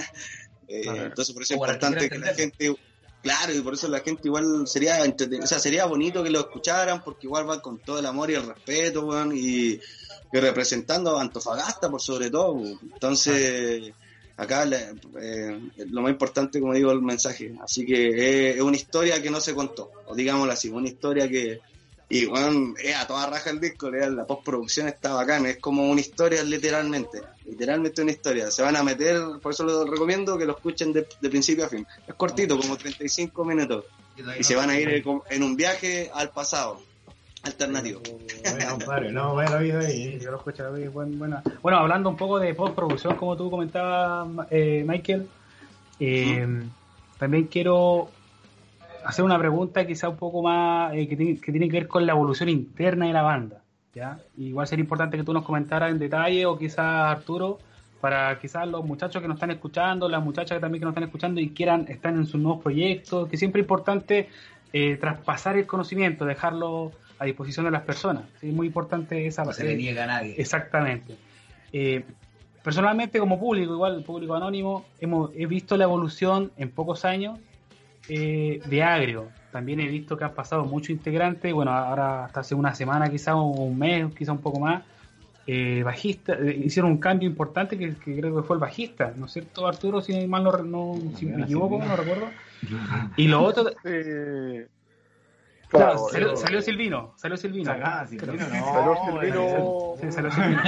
eh, entonces por eso es importante que la gente, claro, y por eso la gente igual sería entreten... o sea, sería bonito que lo escucharan, porque igual van con todo el amor y el respeto, bueno, y, y representando a Antofagasta por sobre todo. Entonces acá eh, lo más importante, como digo, el mensaje. Así que eh, es una historia que no se contó, o digámoslo así, una historia que, y bueno, es a toda raja el disco, la postproducción está bacana, es como una historia literalmente, literalmente una historia. Se van a meter, por eso lo recomiendo que lo escuchen de, de principio a fin. Es cortito, como treinta y cinco minutos, y se van a ir en un viaje al pasado alternativo. Bueno, compadre, no, bueno, oído ahí, yo lo escuché, buen, buena. Bueno, hablando un poco de postproducción, como tú comentabas, eh, Michael, eh, ¿Mm? también quiero hacer una pregunta quizá un poco más eh, que, tiene, que tiene que ver con la evolución interna de la banda, ¿ya? Igual sería importante que tú nos comentaras en detalle, o quizás Arturo, para quizás los muchachos que nos están escuchando, las muchachas que también que nos están escuchando y quieran estar en sus nuevos proyectos, que siempre es importante eh, traspasar el conocimiento, dejarlo a disposición de las personas. ¿Sí? Es muy importante esa no se le niega a nadie. Exactamente. Eh, personalmente, como público, igual público anónimo, hemos he visto la evolución en pocos años eh, de Agrio. También he visto que han pasado muchos integrantes, bueno, ahora hasta hace una semana quizá, o un mes, quizá un poco más, eh, bajista, eh, hicieron un cambio importante que, que creo que fue el bajista, ¿no es cierto, Arturo? Si mal no, no si me equivoco, no recuerdo. Y lo otro... Eh... Claro, Claro, salió, eh, salió Silvino, salió Silvino. Ah, Silvino, no. Salió Silvino. Sí, salió Silvino.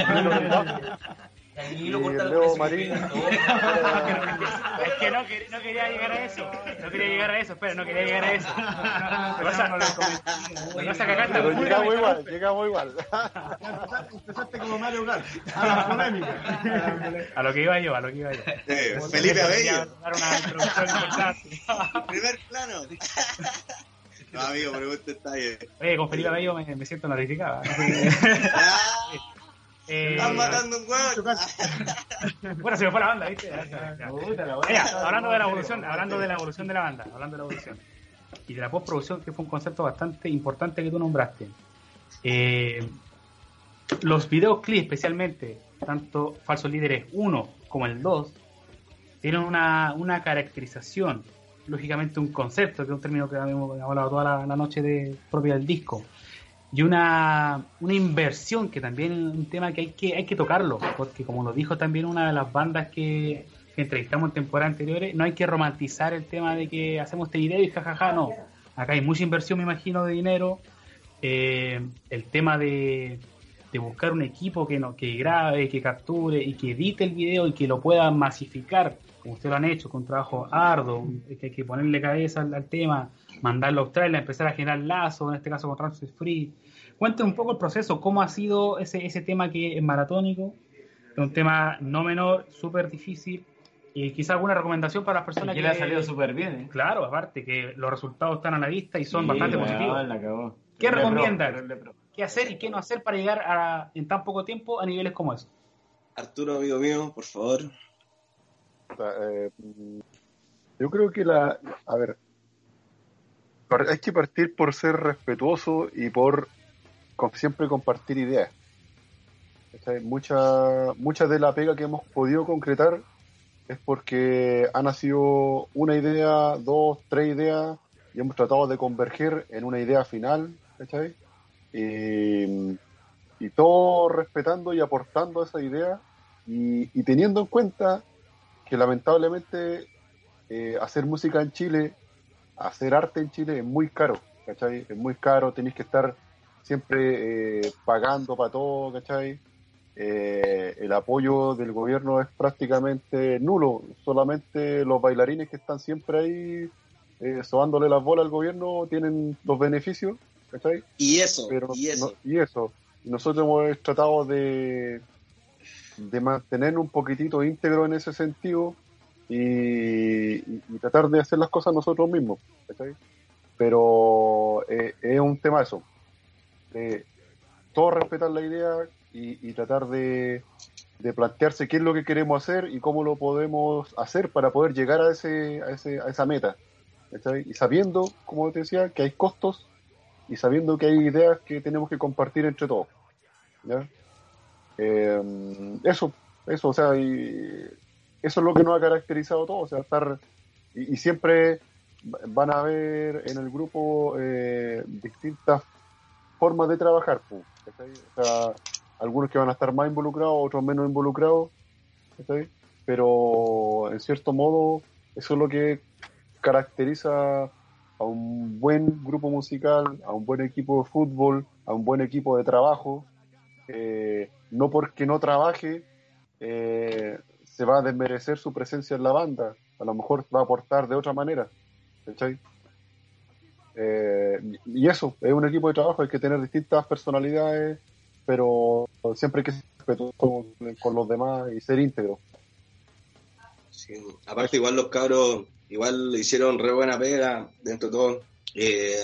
Y lo cortaron Leo por Marín. ese Es que no, que- no quería llegar a eso. No quería llegar a eso, espera, no quería llegar a eso. Lo pasa, no lo comenté. Lo pasa que acá está Pero muy llegamos buena, igual, llegamos igual. Empezaste como Mario Kart, a la polémica. A lo que iba yo, a lo que iba yo. Eh, Como Felipe quería Abello, dar una introducción importante. primer plano. No, amigo, pero usted está bien. Oye, con Felipe Abello me, me siento notificado. Ah, Eh, están matando un huevo. Bueno, se me fue la banda, ¿viste? Mira, hablando de la evolución, hablando de la evolución de la banda, hablando de la evolución y de la postproducción, que fue un concepto bastante importante que tú nombraste. Eh, los videoclips, especialmente, tanto Falsos Líderes uno como el dos, tienen una, una caracterización, lógicamente un concepto, que es un término que hemos hablado toda la, la noche de, propia del disco. y una, una inversión, que también es un tema que hay que hay que tocarlo, porque como lo dijo también una de las bandas que, que entrevistamos en temporadas anteriores, no hay que romantizar el tema de que hacemos este video y jajaja, no. Acá hay mucha inversión, me imagino, de dinero. Eh, el tema de, de buscar un equipo que no que grabe, que capture y que edite el video y que lo pueda masificar, como ustedes lo han hecho, con un trabajo arduo, que hay que ponerle cabeza al, al tema, mandarlo a Australia, empezar a generar lazos, en este caso con Transfer Free. Cuéntenos un poco el proceso, cómo ha sido ese, ese tema que es maratónico, es un tema no menor, súper difícil, y quizá alguna recomendación para las personas que que... le ha salido súper bien, ¿eh? Claro, aparte que los resultados están a la vista y son Sí, bastante la positivos. acabó, la acabó. ¿Qué Le recomiendan? pro, le pro. ¿Qué hacer y qué no hacer para llegar a, en tan poco tiempo a niveles como eso? Arturo, amigo mío, por favor. Eh, yo creo que la... A ver, hay que partir por ser respetuoso y por con, siempre compartir ideas. O sea, mucha, mucha de la pega que hemos podido concretar es porque ha nacido una idea, dos, tres ideas, y hemos tratado de converger en una idea final, ¿cachai? Y, y todo respetando y aportando a esa idea y, y teniendo en cuenta que lamentablemente eh, hacer música en Chile, hacer arte en Chile es muy caro, ¿cachai? Es muy caro, tenéis que estar siempre eh, pagando para todo, ¿cachai? Eh, el apoyo del gobierno es prácticamente nulo, solamente los bailarines que están siempre ahí eh, sobándole las bolas al gobierno tienen los beneficios, ¿cachai? Y eso, Pero y eso. No, y eso. Nosotros hemos tratado de, de mantener un poquitito íntegro en ese sentido y, y, y tratar de hacer las cosas nosotros mismos, ¿cachai? Pero eh, es un tema eso, de todos respetar la idea y, y tratar de, de plantearse qué es lo que queremos hacer y cómo lo podemos hacer para poder llegar a ese a, ese, a esa meta, ¿cachai? Y sabiendo, como te decía, que hay costos y sabiendo que hay ideas que tenemos que compartir entre todos, ¿ya? Eh, eso, eso, o sea, y eso es lo que nos ha caracterizado todo, o sea, estar y, y siempre van a haber en el grupo eh, distintas formas de trabajar, ¿cachai? O sea, algunos que van a estar más involucrados, otros menos involucrados, ¿cachai? Pero en cierto modo eso es lo que caracteriza a un buen grupo musical, a un buen equipo de fútbol, a un buen equipo de trabajo. Eh, no porque no trabaje eh, se va a desmerecer su presencia en la banda, a lo mejor va a aportar de otra manera, ¿cachai? Eh, y eso, es un equipo de trabajo, hay que tener distintas personalidades, pero siempre hay que ser respetuoso con, con los demás y ser íntegro. Sí. Aparte igual los cabros igual hicieron re buena pega dentro de todo, eh,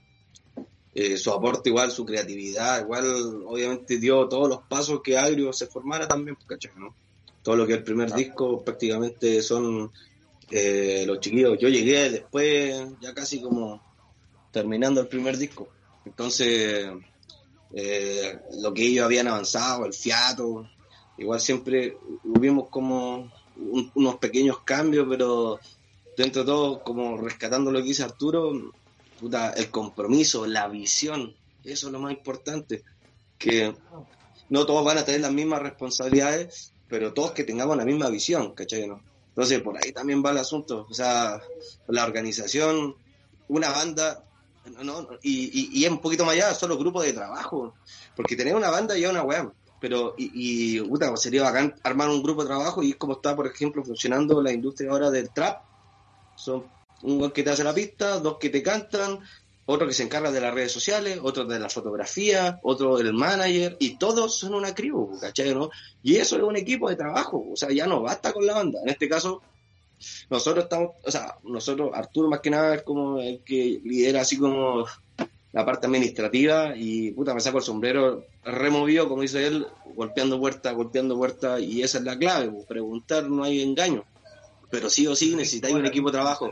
eh, su aporte igual, su creatividad igual obviamente dio todos los pasos que Agrio se formara también, ¿cachai? ¿No? Todo lo que es el primer disco prácticamente son eh, los chiquillos. Yo llegué después ya casi como terminando el primer disco, entonces eh, lo que ellos habían avanzado, el fiato, igual siempre hubimos como un, unos pequeños cambios, pero dentro de todo como rescatando lo que dice Arturo, puta, el compromiso, la visión, eso es lo más importante, que no todos van a tener las mismas responsabilidades, pero todos que tengamos la misma visión, ¿cachai? ¿No? Entonces por ahí también va el asunto, o sea, la organización, una banda, no, y, y, y es un poquito más allá, solo grupos de trabajo, porque tener una banda ya es una weá, pero y, y puta, sería bacán armar un grupo de trabajo y es como está, por ejemplo, funcionando la industria ahora del trap. Son un que te hace la pista, dos que te cantan, otro que se encarga de las redes sociales, otro de la fotografía, otro del manager, y todos son una tribu, ¿cachai? ¿No? Y eso es un equipo de trabajo, o sea, ya no basta con la banda. En este caso, nosotros estamos, o sea, nosotros, Arturo más que nada es como el que lidera así como la parte administrativa y puta, me saco el sombrero removido, como dice él, golpeando puertas, golpeando puertas, y esa es la clave, pues, preguntar, no hay engaño. Pero sí o sí necesitáis un equipo de trabajo.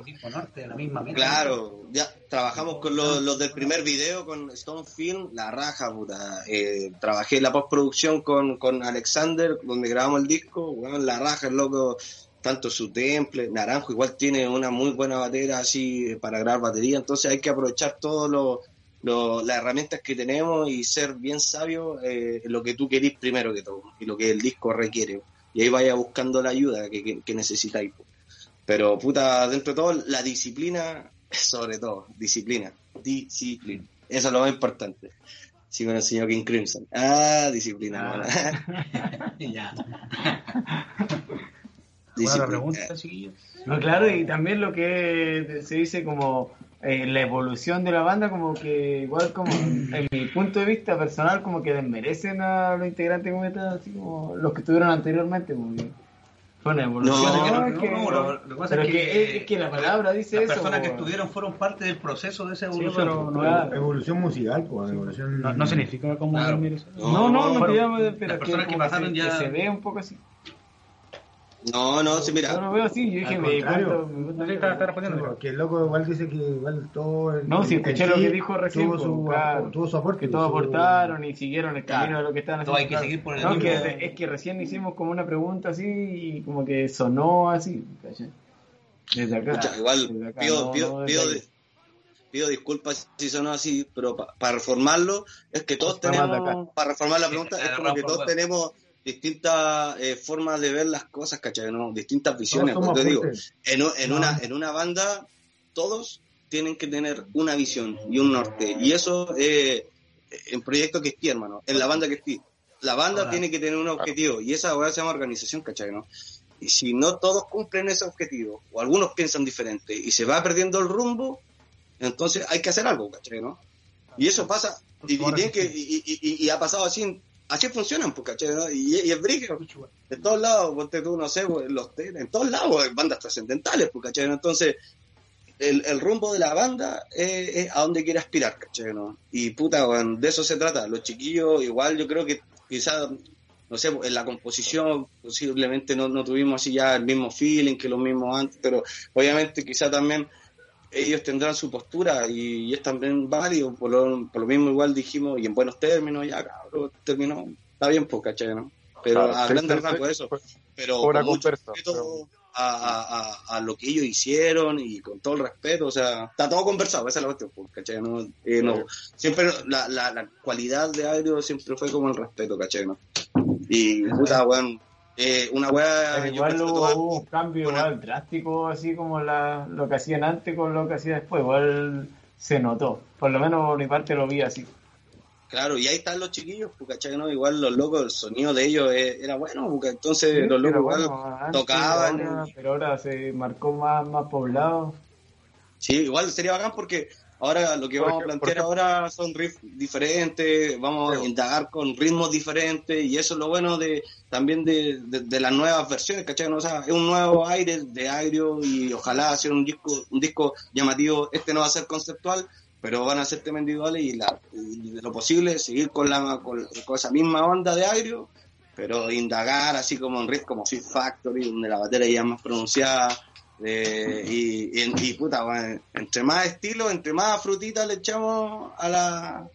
Claro, ya trabajamos con los, los del primer video, con Stone Film, la raja, puta. Eh, trabajé en la postproducción con, con Alexander, donde grabamos el disco, bueno, la raja, el loco, tanto su temple, Naranjo igual tiene una muy buena batería así para grabar batería, entonces hay que aprovechar todos los, lo- las herramientas que tenemos y ser bien sabio eh, en lo que tú querís primero que todo y lo que el disco requiere. Y ahí vaya buscando la ayuda que, que, que necesitáis. Pero, puta, dentro de todo, la disciplina, sobre todo, disciplina. Disciplina. Eso es lo más importante. Sí, me lo enseñó King Crimson. Ah, disciplina. Ah. Ya. Buena pregunta, chiquillos. No, claro, y también lo que se dice como eh, la evolución de la banda, como que igual como en mi punto de vista personal, como que desmerecen a los integrantes como tal, así como los que estuvieron anteriormente, como que fue una evolución. No, es que, no, lo- lo que pasa pero es que- que, es que la palabra dice Las eso. personas que po. estuvieron fueron parte del proceso de esa Sí, evolución. pero no Claro, era- evolución musical, pues, evolución... No, no significa como Claro. desmerecer. No, no, no, Bueno, te llamo, las pero personas que como pasaron se, ya- que se ve un poco así. No, no, sí, mira. Yo lo veo así, yo dije, Al me di contrario. cuenta, me di cuenta. No sé si está, está respondiendo. Sí, porque el loco igual dice que igual todo... el- No, sí, en escuché sí lo que dijo recién, Tuvo su, pues, claro. tuvo su aporte. Que todos su- aportaron y siguieron el camino Claro. de lo que estaban Todo haciendo. hay que claro. seguir por el No, mismo- que, es que recién hicimos como una pregunta así y como que sonó así, ¿cachai? Desde acá. Pucha, igual desde acá, pido, no- pido, no pido, desde ahí. pido disculpas si sonó así, pero pa- para reformarlo es que todos Pues, más de tenemos, para reformar la pregunta, es como que todos tenemos distintas eh, formas de ver las cosas, ¿cachai? ¿No? Distintas visiones. somos Porque te digo, apuntes. en, u- en No. una en una banda todos tienen que tener una visión y un norte. Y eso eh, en proyecto que esté, hermano, en la banda que esté. La banda Ahora. tiene que tener un objetivo y esa weá se llama organización, ¿cachai? ¿No? Y si no todos cumplen ese objetivo, o algunos piensan diferente y se va perdiendo el rumbo, entonces hay que hacer algo, ¿cachai? ¿No? Y eso pasa, y, y tiene que, y, y- y- y ha pasado así, así funcionan, pues, ¿cachai? ¿No? Y, y es brígido, en todos lados, ponte tú, no sé, pues, los te- en todos lados, en bandas trascendentales, pues, ¿cachai? ¿No? Entonces, el, el rumbo de la banda es, es a donde quiere aspirar, ¿cachai? ¿No? Y puta, weón, de eso se trata. Los chiquillos, igual yo creo que quizás, no sé, en la composición posiblemente no, no tuvimos así ya el mismo feeling que los mismos antes, pero obviamente quizás también ellos tendrán su postura y, y es también válido, por lo, por lo mismo igual dijimos, y en buenos términos, ya cabrón, terminó, está bien, pues, ¿cachai? ¿No? Pero Claro, a sí, grandes sí, rasgos sí. eso, pero Hora con mucho conversa, respeto pero- a, a, a, a lo que ellos hicieron y con todo el respeto, o sea, está todo conversado, esa es la cuestión, pues, ¿cachai? ¿No? Eh, no, siempre la, la, la cualidad de Agrio siempre fue como el respeto, ¿cachai? ¿No? Y puta, weón, eh, una weá, Pero yo igual pienso que hubo, todo- hubo un cambio igual drástico, así como la, lo que hacían antes con lo que hacían después. Igual se notó. Por lo menos por mi parte lo vi así. Claro, y ahí están los chiquillos, pues, ¿cachai? ¿No? Igual los locos, el sonido de ellos eh, era bueno, porque entonces Sí, los locos pero igual bueno, antes, tocaban. ahora- pero ahora se marcó más, más poblado. Sí, igual sería bacán porque ahora lo que Por vamos a ej- plantear por ahora son riffs diferentes, vamos a indagar con ritmos diferentes y eso es lo bueno de también de, de, de las nuevas versiones, ¿cachai? ¿No? O sea, es un nuevo aire de Agrio y ojalá sea un disco un disco llamativo. Este no va a ser conceptual, pero van a ser temas individuales y, la, y de lo posible seguir con la con, con esa misma onda de Agrio, pero indagar así como un riff como Fear Factory, donde la batería ya es más pronunciada. Eh, y, y, y puta, bueno, entre más estilo, entre más frutita le echamos a la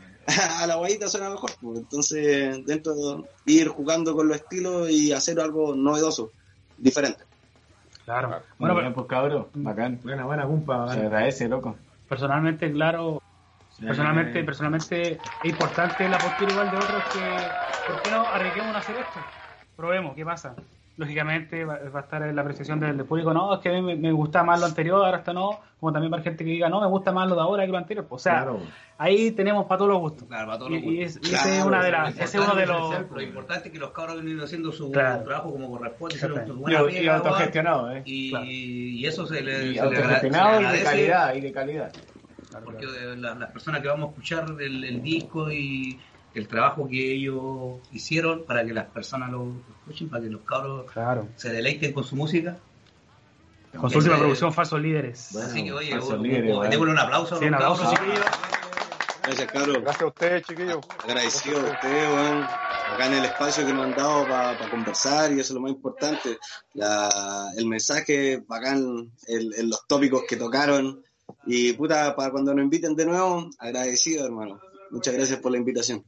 a la guayita suena mejor, pues. Entonces dentro de ir jugando con los estilos y hacer algo novedoso, diferente. Claro. Bueno, Bueno, bien, pues cabrón, bacán. Buena, buena, cumpa. Se agradece, loco. personalmente, claro, personalmente, personalmente es importante la postura igual de otros que, ¿por qué no arriesguemos a hacer esto? Probemos, ¿qué pasa? Lógicamente va, va a estar en la apreciación del, del público, no, es que a mí me, me gusta más lo anterior, ahora esto no, como también para gente que diga, no, me gusta más lo de ahora que lo anterior, o sea, Claro. ahí tenemos para todos los gustos. Claro, para todos Y, los y gustos. es, y ese es una de las, ese es uno de los... Lo importante es que los cabros han venido haciendo su Claro. trabajo como corresponde, Exacto. hicieron su buena Y, y pega, autogestionado, ¿eh? y, Claro. y eso se le, Y se le agra- se le autogestionado y de agradece, calidad, y de calidad. porque de la- las personas que vamos a escuchar el, el disco y el trabajo que ellos hicieron para que las personas lo escuchen, para que los cabros Claro. se deleiten con su música. Con su última Ese- producción, Falsos Líderes. Bueno, Así que oye, falsos un- líderes, un- bueno. démosle un aplauso a Sí, los un aplauso, cabros. chiquillos. Gracias, Carlos. Gracias a ustedes, chiquillos. Agradecido a ustedes, weón, acá en el espacio que nos han dado para conversar y eso es lo más importante. La, el mensaje bacán, el, el- los tópicos que tocaron y puta, para cuando nos inviten de nuevo, agradecido, hermano. Muchas gracias por la invitación.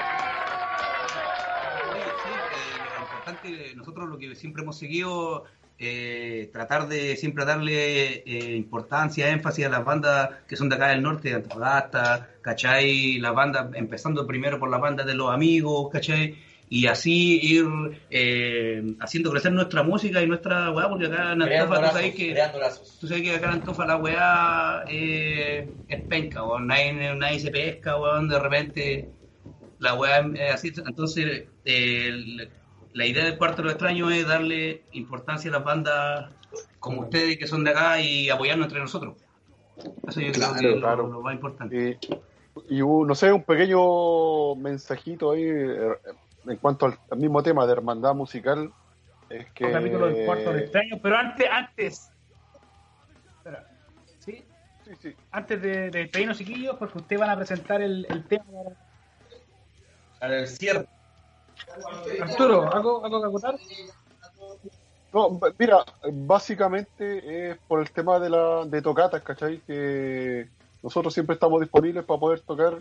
Oye, sí, eh, lo importante, nosotros lo que siempre hemos seguido eh, tratar de siempre darle eh, importancia, énfasis a las bandas que son de acá del norte, de Antofagasta, ¿cachai? Las bandas, empezando primero por las bandas de los amigos, ¿cachai? Y así ir eh, haciendo crecer nuestra música y nuestra weá, porque acá en Antofa tú sabes que tú sabes que acá en Antofa la weá eh, es penca, weón, nadie, nadie se pesca, weón, de repente la weá es así, entonces eh, la idea del Cuarto de los Extraños es darle importancia a las bandas como ustedes que son de acá y apoyarnos entre nosotros. Eso yo Claro, creo que es claro. lo, lo más importante. Y, y un- no sé, un pequeño mensajito ahí eh, en cuanto al, al mismo tema de hermandad musical. Es que. Un capítulo del Cuarto de los Extraños, pero antes, antes. Espera, ¿sí? Sí, sí. Antes de, de despedirnos, chiquillos, porque ustedes van a presentar el, el tema. Para el cierre. Arturo, ¿algo, algo que acotar? No, b- mira, básicamente es por el tema de la de tocatas, ¿cachai? Que nosotros siempre estamos disponibles para poder tocar.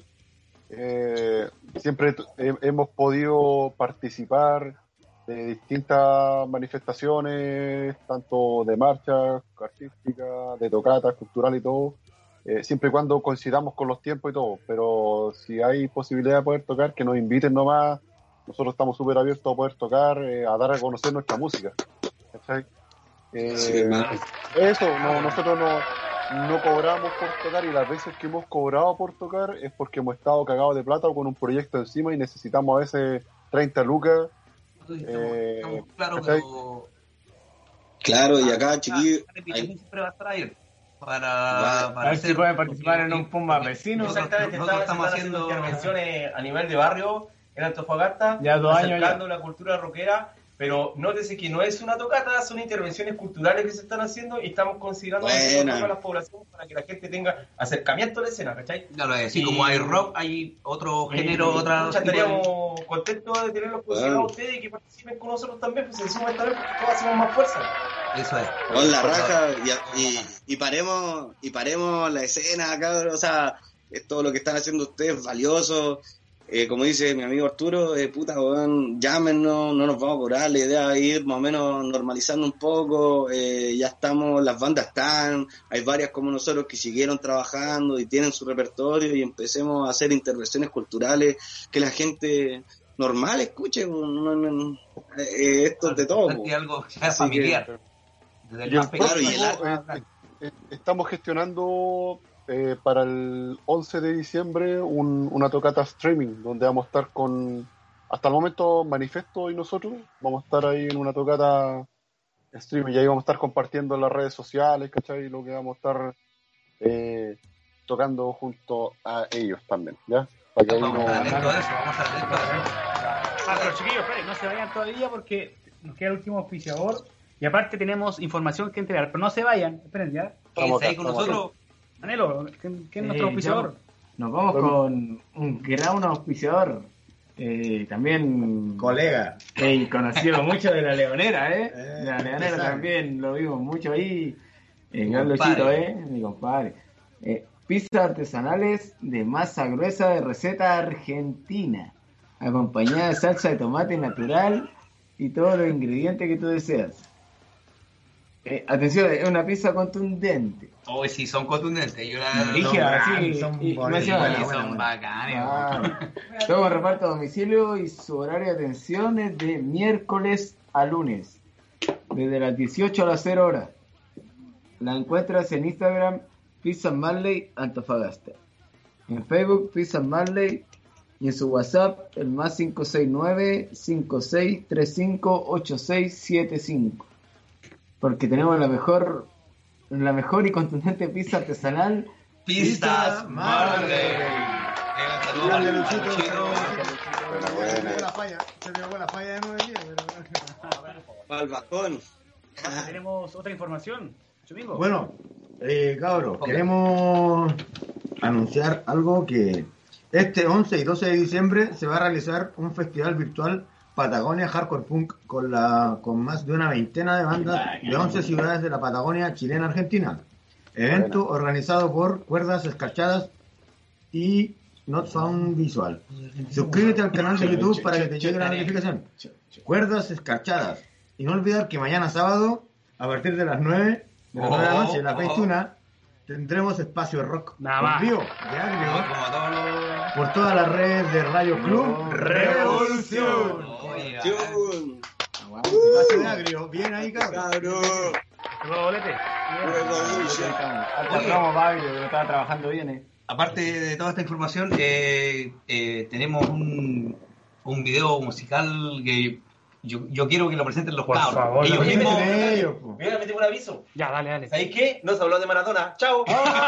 Eh, siempre t- he- hemos podido participar de distintas manifestaciones, tanto de marcha artística, de tocatas, cultural y todo, eh, siempre y cuando coincidamos con los tiempos y todo. Pero si hay posibilidad de poder tocar, que nos inviten nomás. Nosotros estamos súper abiertos a poder tocar, eh, a dar a conocer nuestra música. ¿Cachai? Eh, Sí, hermano. eso, no, nosotros no, no cobramos por tocar, y las veces que hemos cobrado por tocar es porque hemos estado cagados de plata o con un proyecto encima y necesitamos a veces treinta lucas. Eh, Claro, ¿cachai? pero Claro, y acá, chiquillos, la repetición siempre va a estar ahí para, A para ver si pueden participar en un Pumba vecino. Exactamente, Nosotros estamos estamos haciendo haciendo- intervenciones a nivel de barrio en Antofagasta, Ya dos años acercando la cultura rockera, pero nótese que no es una tocata, son intervenciones culturales que se están haciendo y estamos considerando Buena. hacer a las poblaciones para que la gente tenga acercamiento a la escena, ¿cachai? Claro, así Y- como hay rock, hay otro género, Y, otra pucha, tipo de- estaríamos contentos de tenerlos considerados Bueno. a ustedes y que participen con nosotros también, pues se suman esta vez porque todos hacemos más fuerza. Eso es. con la raja y, y, y paremos y paremos la escena, cabrón. O sea, es todo lo que están haciendo ustedes valioso. Eh, como dice mi amigo Arturo, eh, puta, weón, llámenos, no nos vamos a cobrar. La idea es ir más o menos normalizando un poco. Eh, ya estamos, las bandas están, hay varias como nosotros que siguieron trabajando y tienen su repertorio, y empecemos a hacer intervenciones culturales que la gente normal escuche. No, no, no, eh, esto es de todo. Y algo ya Así familiar. Desde el Y el más pequeño. próximo, y el eh, eh, estamos gestionando eh, para el once de diciembre un- una tocata streaming donde vamos a estar con, hasta el momento, Manifesto y nosotros vamos a estar ahí en una tocata streaming, y ahí vamos a estar compartiendo en las redes sociales, ¿cachai? Lo que vamos a estar eh, tocando junto a ellos también, ¿ya? Para que ahí Vamos no- a atento a eso, vamos a atento a eso. Ah, pero chiquillos, esperen, no se vayan todavía porque nos queda el último auspiciador. Y aparte tenemos información que entregar, pero no se vayan, esperen ya. Estamos Quédense acá, ahí con estamos nosotros. Manelo, ¿quién, quién es Eh, nuestro auspiciador? ya, Nos vamos con un gran auspiciador, eh, también Colega. eh, conocido mucho de la Leonera, ¿eh? Eh, De la Leonera empresario. también lo vimos mucho ahí. Eh, Mi Carlos compadre. Chito, ¿eh? Mi compadre. Eh, pizzas artesanales de masa gruesa de receta argentina, acompañada de salsa de tomate natural y todos los ingredientes que tú deseas. Eh, atención, es una pizza contundente. Hoy sí son contundentes. Yo la Rígida, son sí, son y- y bonitas, me decía, buenas, Sí, buenas, son buenas. bacanes. Ah, todo reparto a domicilio y su horario de atención es de miércoles a lunes, desde las dieciocho a las cero horas. La encuentras en Instagram, Pizza Marley Antofagasta. En Facebook, Pizza Marley. Y en su WhatsApp, el más cinco seis nueve, cinco seis tres cinco, ocho seis siete cinco. Porque tenemos la mejor, la mejor y contundente pizza artesanal. Pizzas Marley. Grande Luchito. Buena, Se buena. pegó la falla, se pegó la falla de nueve días, pero... Al bajón. Tenemos otra información. Domingo. Bueno, eh, cabros, queremos anunciar algo que este once y doce de diciembre se va a realizar un festival virtual Patagonia Hardcore Punk con la con más de una veintena de bandas de once ciudades de la Patagonia chilena argentina. Evento organizado por Cuerdas Escarchadas y Not Found Visual. Suscríbete al canal de YouTube para que te llegue la notificación. Cuerdas Escarchadas. Y no olvidar que mañana sábado a partir de las nueve de las Oh, nueve de la noche, a las oh. veintiuna, tendremos espacio rock Nada en más. vivo de Agrio Como todos los- por todas las redes de Radio Club Revolución. Oye, Chun. Espacio de Agrio, bien ahí, cabrón. Cabrón. Luego, bolete. Revolution. Hasta Oye. promo Bagrio, que lo estaba trabajando bien, eh. Aparte de toda esta información, eh, eh, tenemos un, un video musical que yo, yo quiero que lo presenten los Por cabros. favor, Ellos lo mismos. presenten ellos, po. Mira, me tengo un aviso. Ya, dale, dale. ¿Sabéis qué? Nos habló de Maradona. Chao.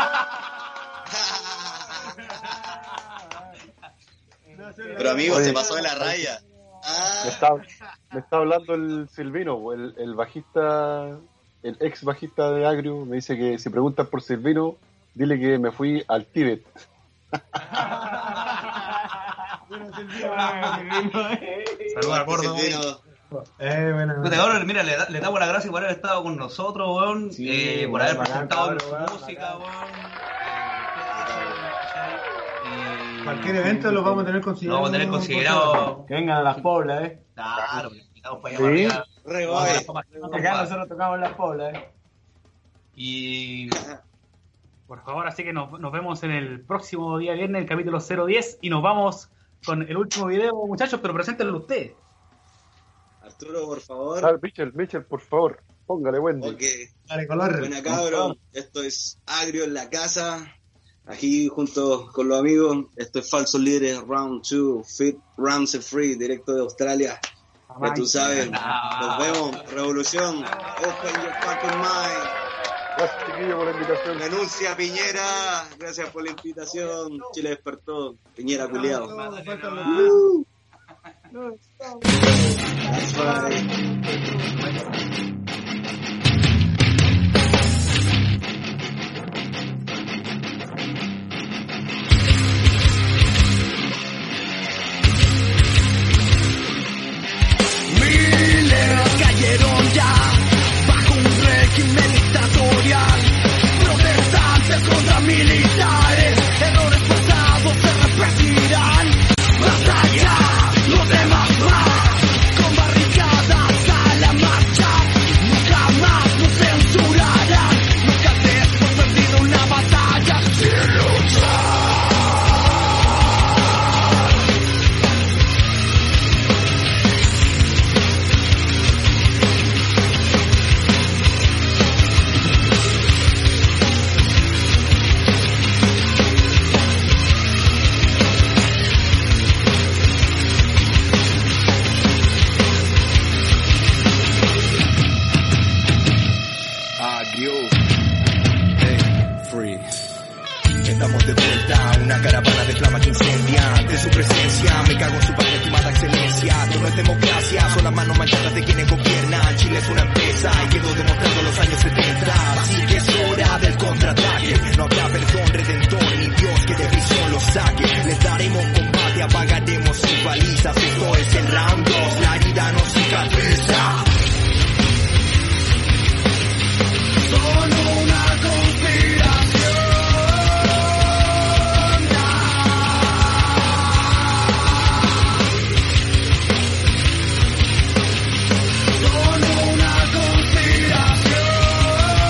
Pero amigo, Oye. se pasó de la raya. Ah, Me está, me está hablando el Silvino, el, el bajista, el ex bajista de Agrio. Me dice que si preguntas por Silvino, dile que me fui al Tíbet. Saludos a Córdoba. Silvino. Eh, bueno, Puta, ahora, mira, le, da- le damos las gracias por haber estado con nosotros, weón, Sí, eh, por weón, haber bacán, presentado cabrón, su weón, música, weón. Eh, cualquier evento lo vamos a tener Lo considerado. vamos a tener considerado. Que vengan a las poblas, eh. Claro, invitados para allá Sí. para arriba. Re Vamos a guay. las tomas- Acá nosotros tocamos en las poblas, eh. Y Por favor, así que nos, nos vemos en el próximo día viernes, el capítulo cero diez, y nos vamos con el último video, muchachos, pero preséntenlo ustedes. Arturo, por favor. Ah, Mitchell, Mitchell, por favor, póngale Wendy. Ok. Dale, color. Buena cabrón. Esto es Agrio en la casa. Aquí junto con los amigos. Esto es Falsos Líderes Round dos. Fit Ramsey Free, directo de Australia. Ya tú sabes. Nos vemos. Revolución. Open your fucking mind. Gracias, chiquillo, por la invitación. Denuncia Piñera. Gracias por la invitación. Chile despertó. Piñera culiao. That's right. Miles cayeron ya bajo un régimen dictatorial. Protestantes contra militares, errores pasados se repetirán. Más allá, los demás más, con barricadas a la marcha. Nunca más nos censurarán. Nunca te hemos perdido una batalla sin luchar. Agrio, hey, free. Estamos de vuelta, una caravana de flama que incendia. Ante su presencia, me cago en su patria estimada excelencia. Todo no es democracia, son las manos manchadas de quienes gobiernan. Chile es una empresa y quedó demostrando los años setenta. Así que es hora del contraataque. No habrá perdón, redentor, ni Dios que de prisión los saque. Les daremos combate, apagaremos sus balizas. Esto es el round dos, la herida no cicatriza. Son una conspiración. Son una conspiración.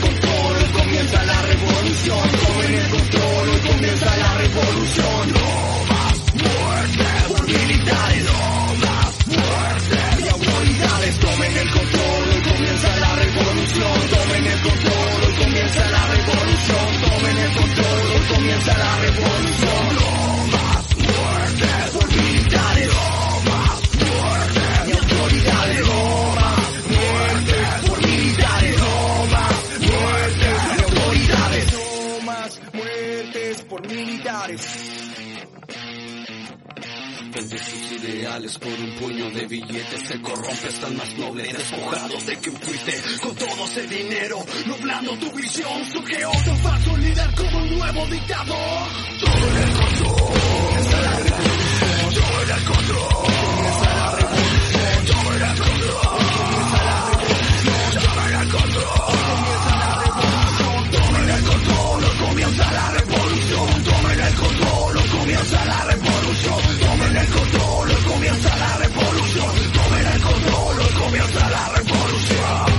control, hoy comienza la revolución. Tomen el control, hoy comienza la revolución. No más muerte por militares, no más muerte. Y autoridades, tomen el control, hoy comienza la revolución. Tomen el control, hoy comienza la revolución. Tomen el control, hoy comienza la revolución. No más muerte por militares, no más muerte. Y autoridades, no más muerte por militares, no más muerte. Y autoridades, no más muertes por militares. Vende sus ideales por un puño de billetes, se corrompe, están más nobles despojados de que un tuite. Con todo ese dinero, nublando tu visión, surge otro falso líder como un nuevo dictador. Todo en el control, comienza la revolución. Todo en el control, comienza la revolución. Todo en el control, comienza la revolución. Todo en el control, comienza la revolución. Todo en el control, comienza la revolución. Todo en el control, comienza la revolución. Tomen el control, hoy comienza la revolución. Tomen el control, hoy comienza la revolución.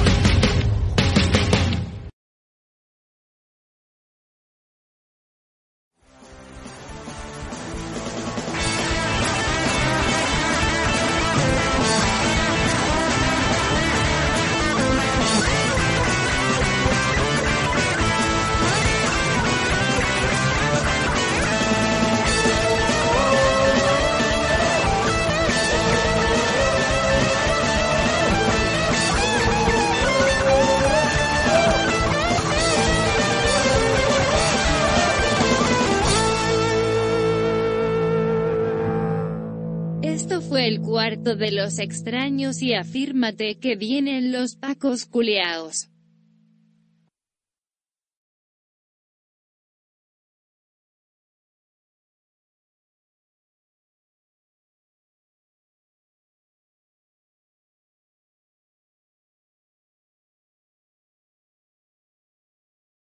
Esto fue el cuarto de los extraños y afírmate que vienen los pacos culiaos.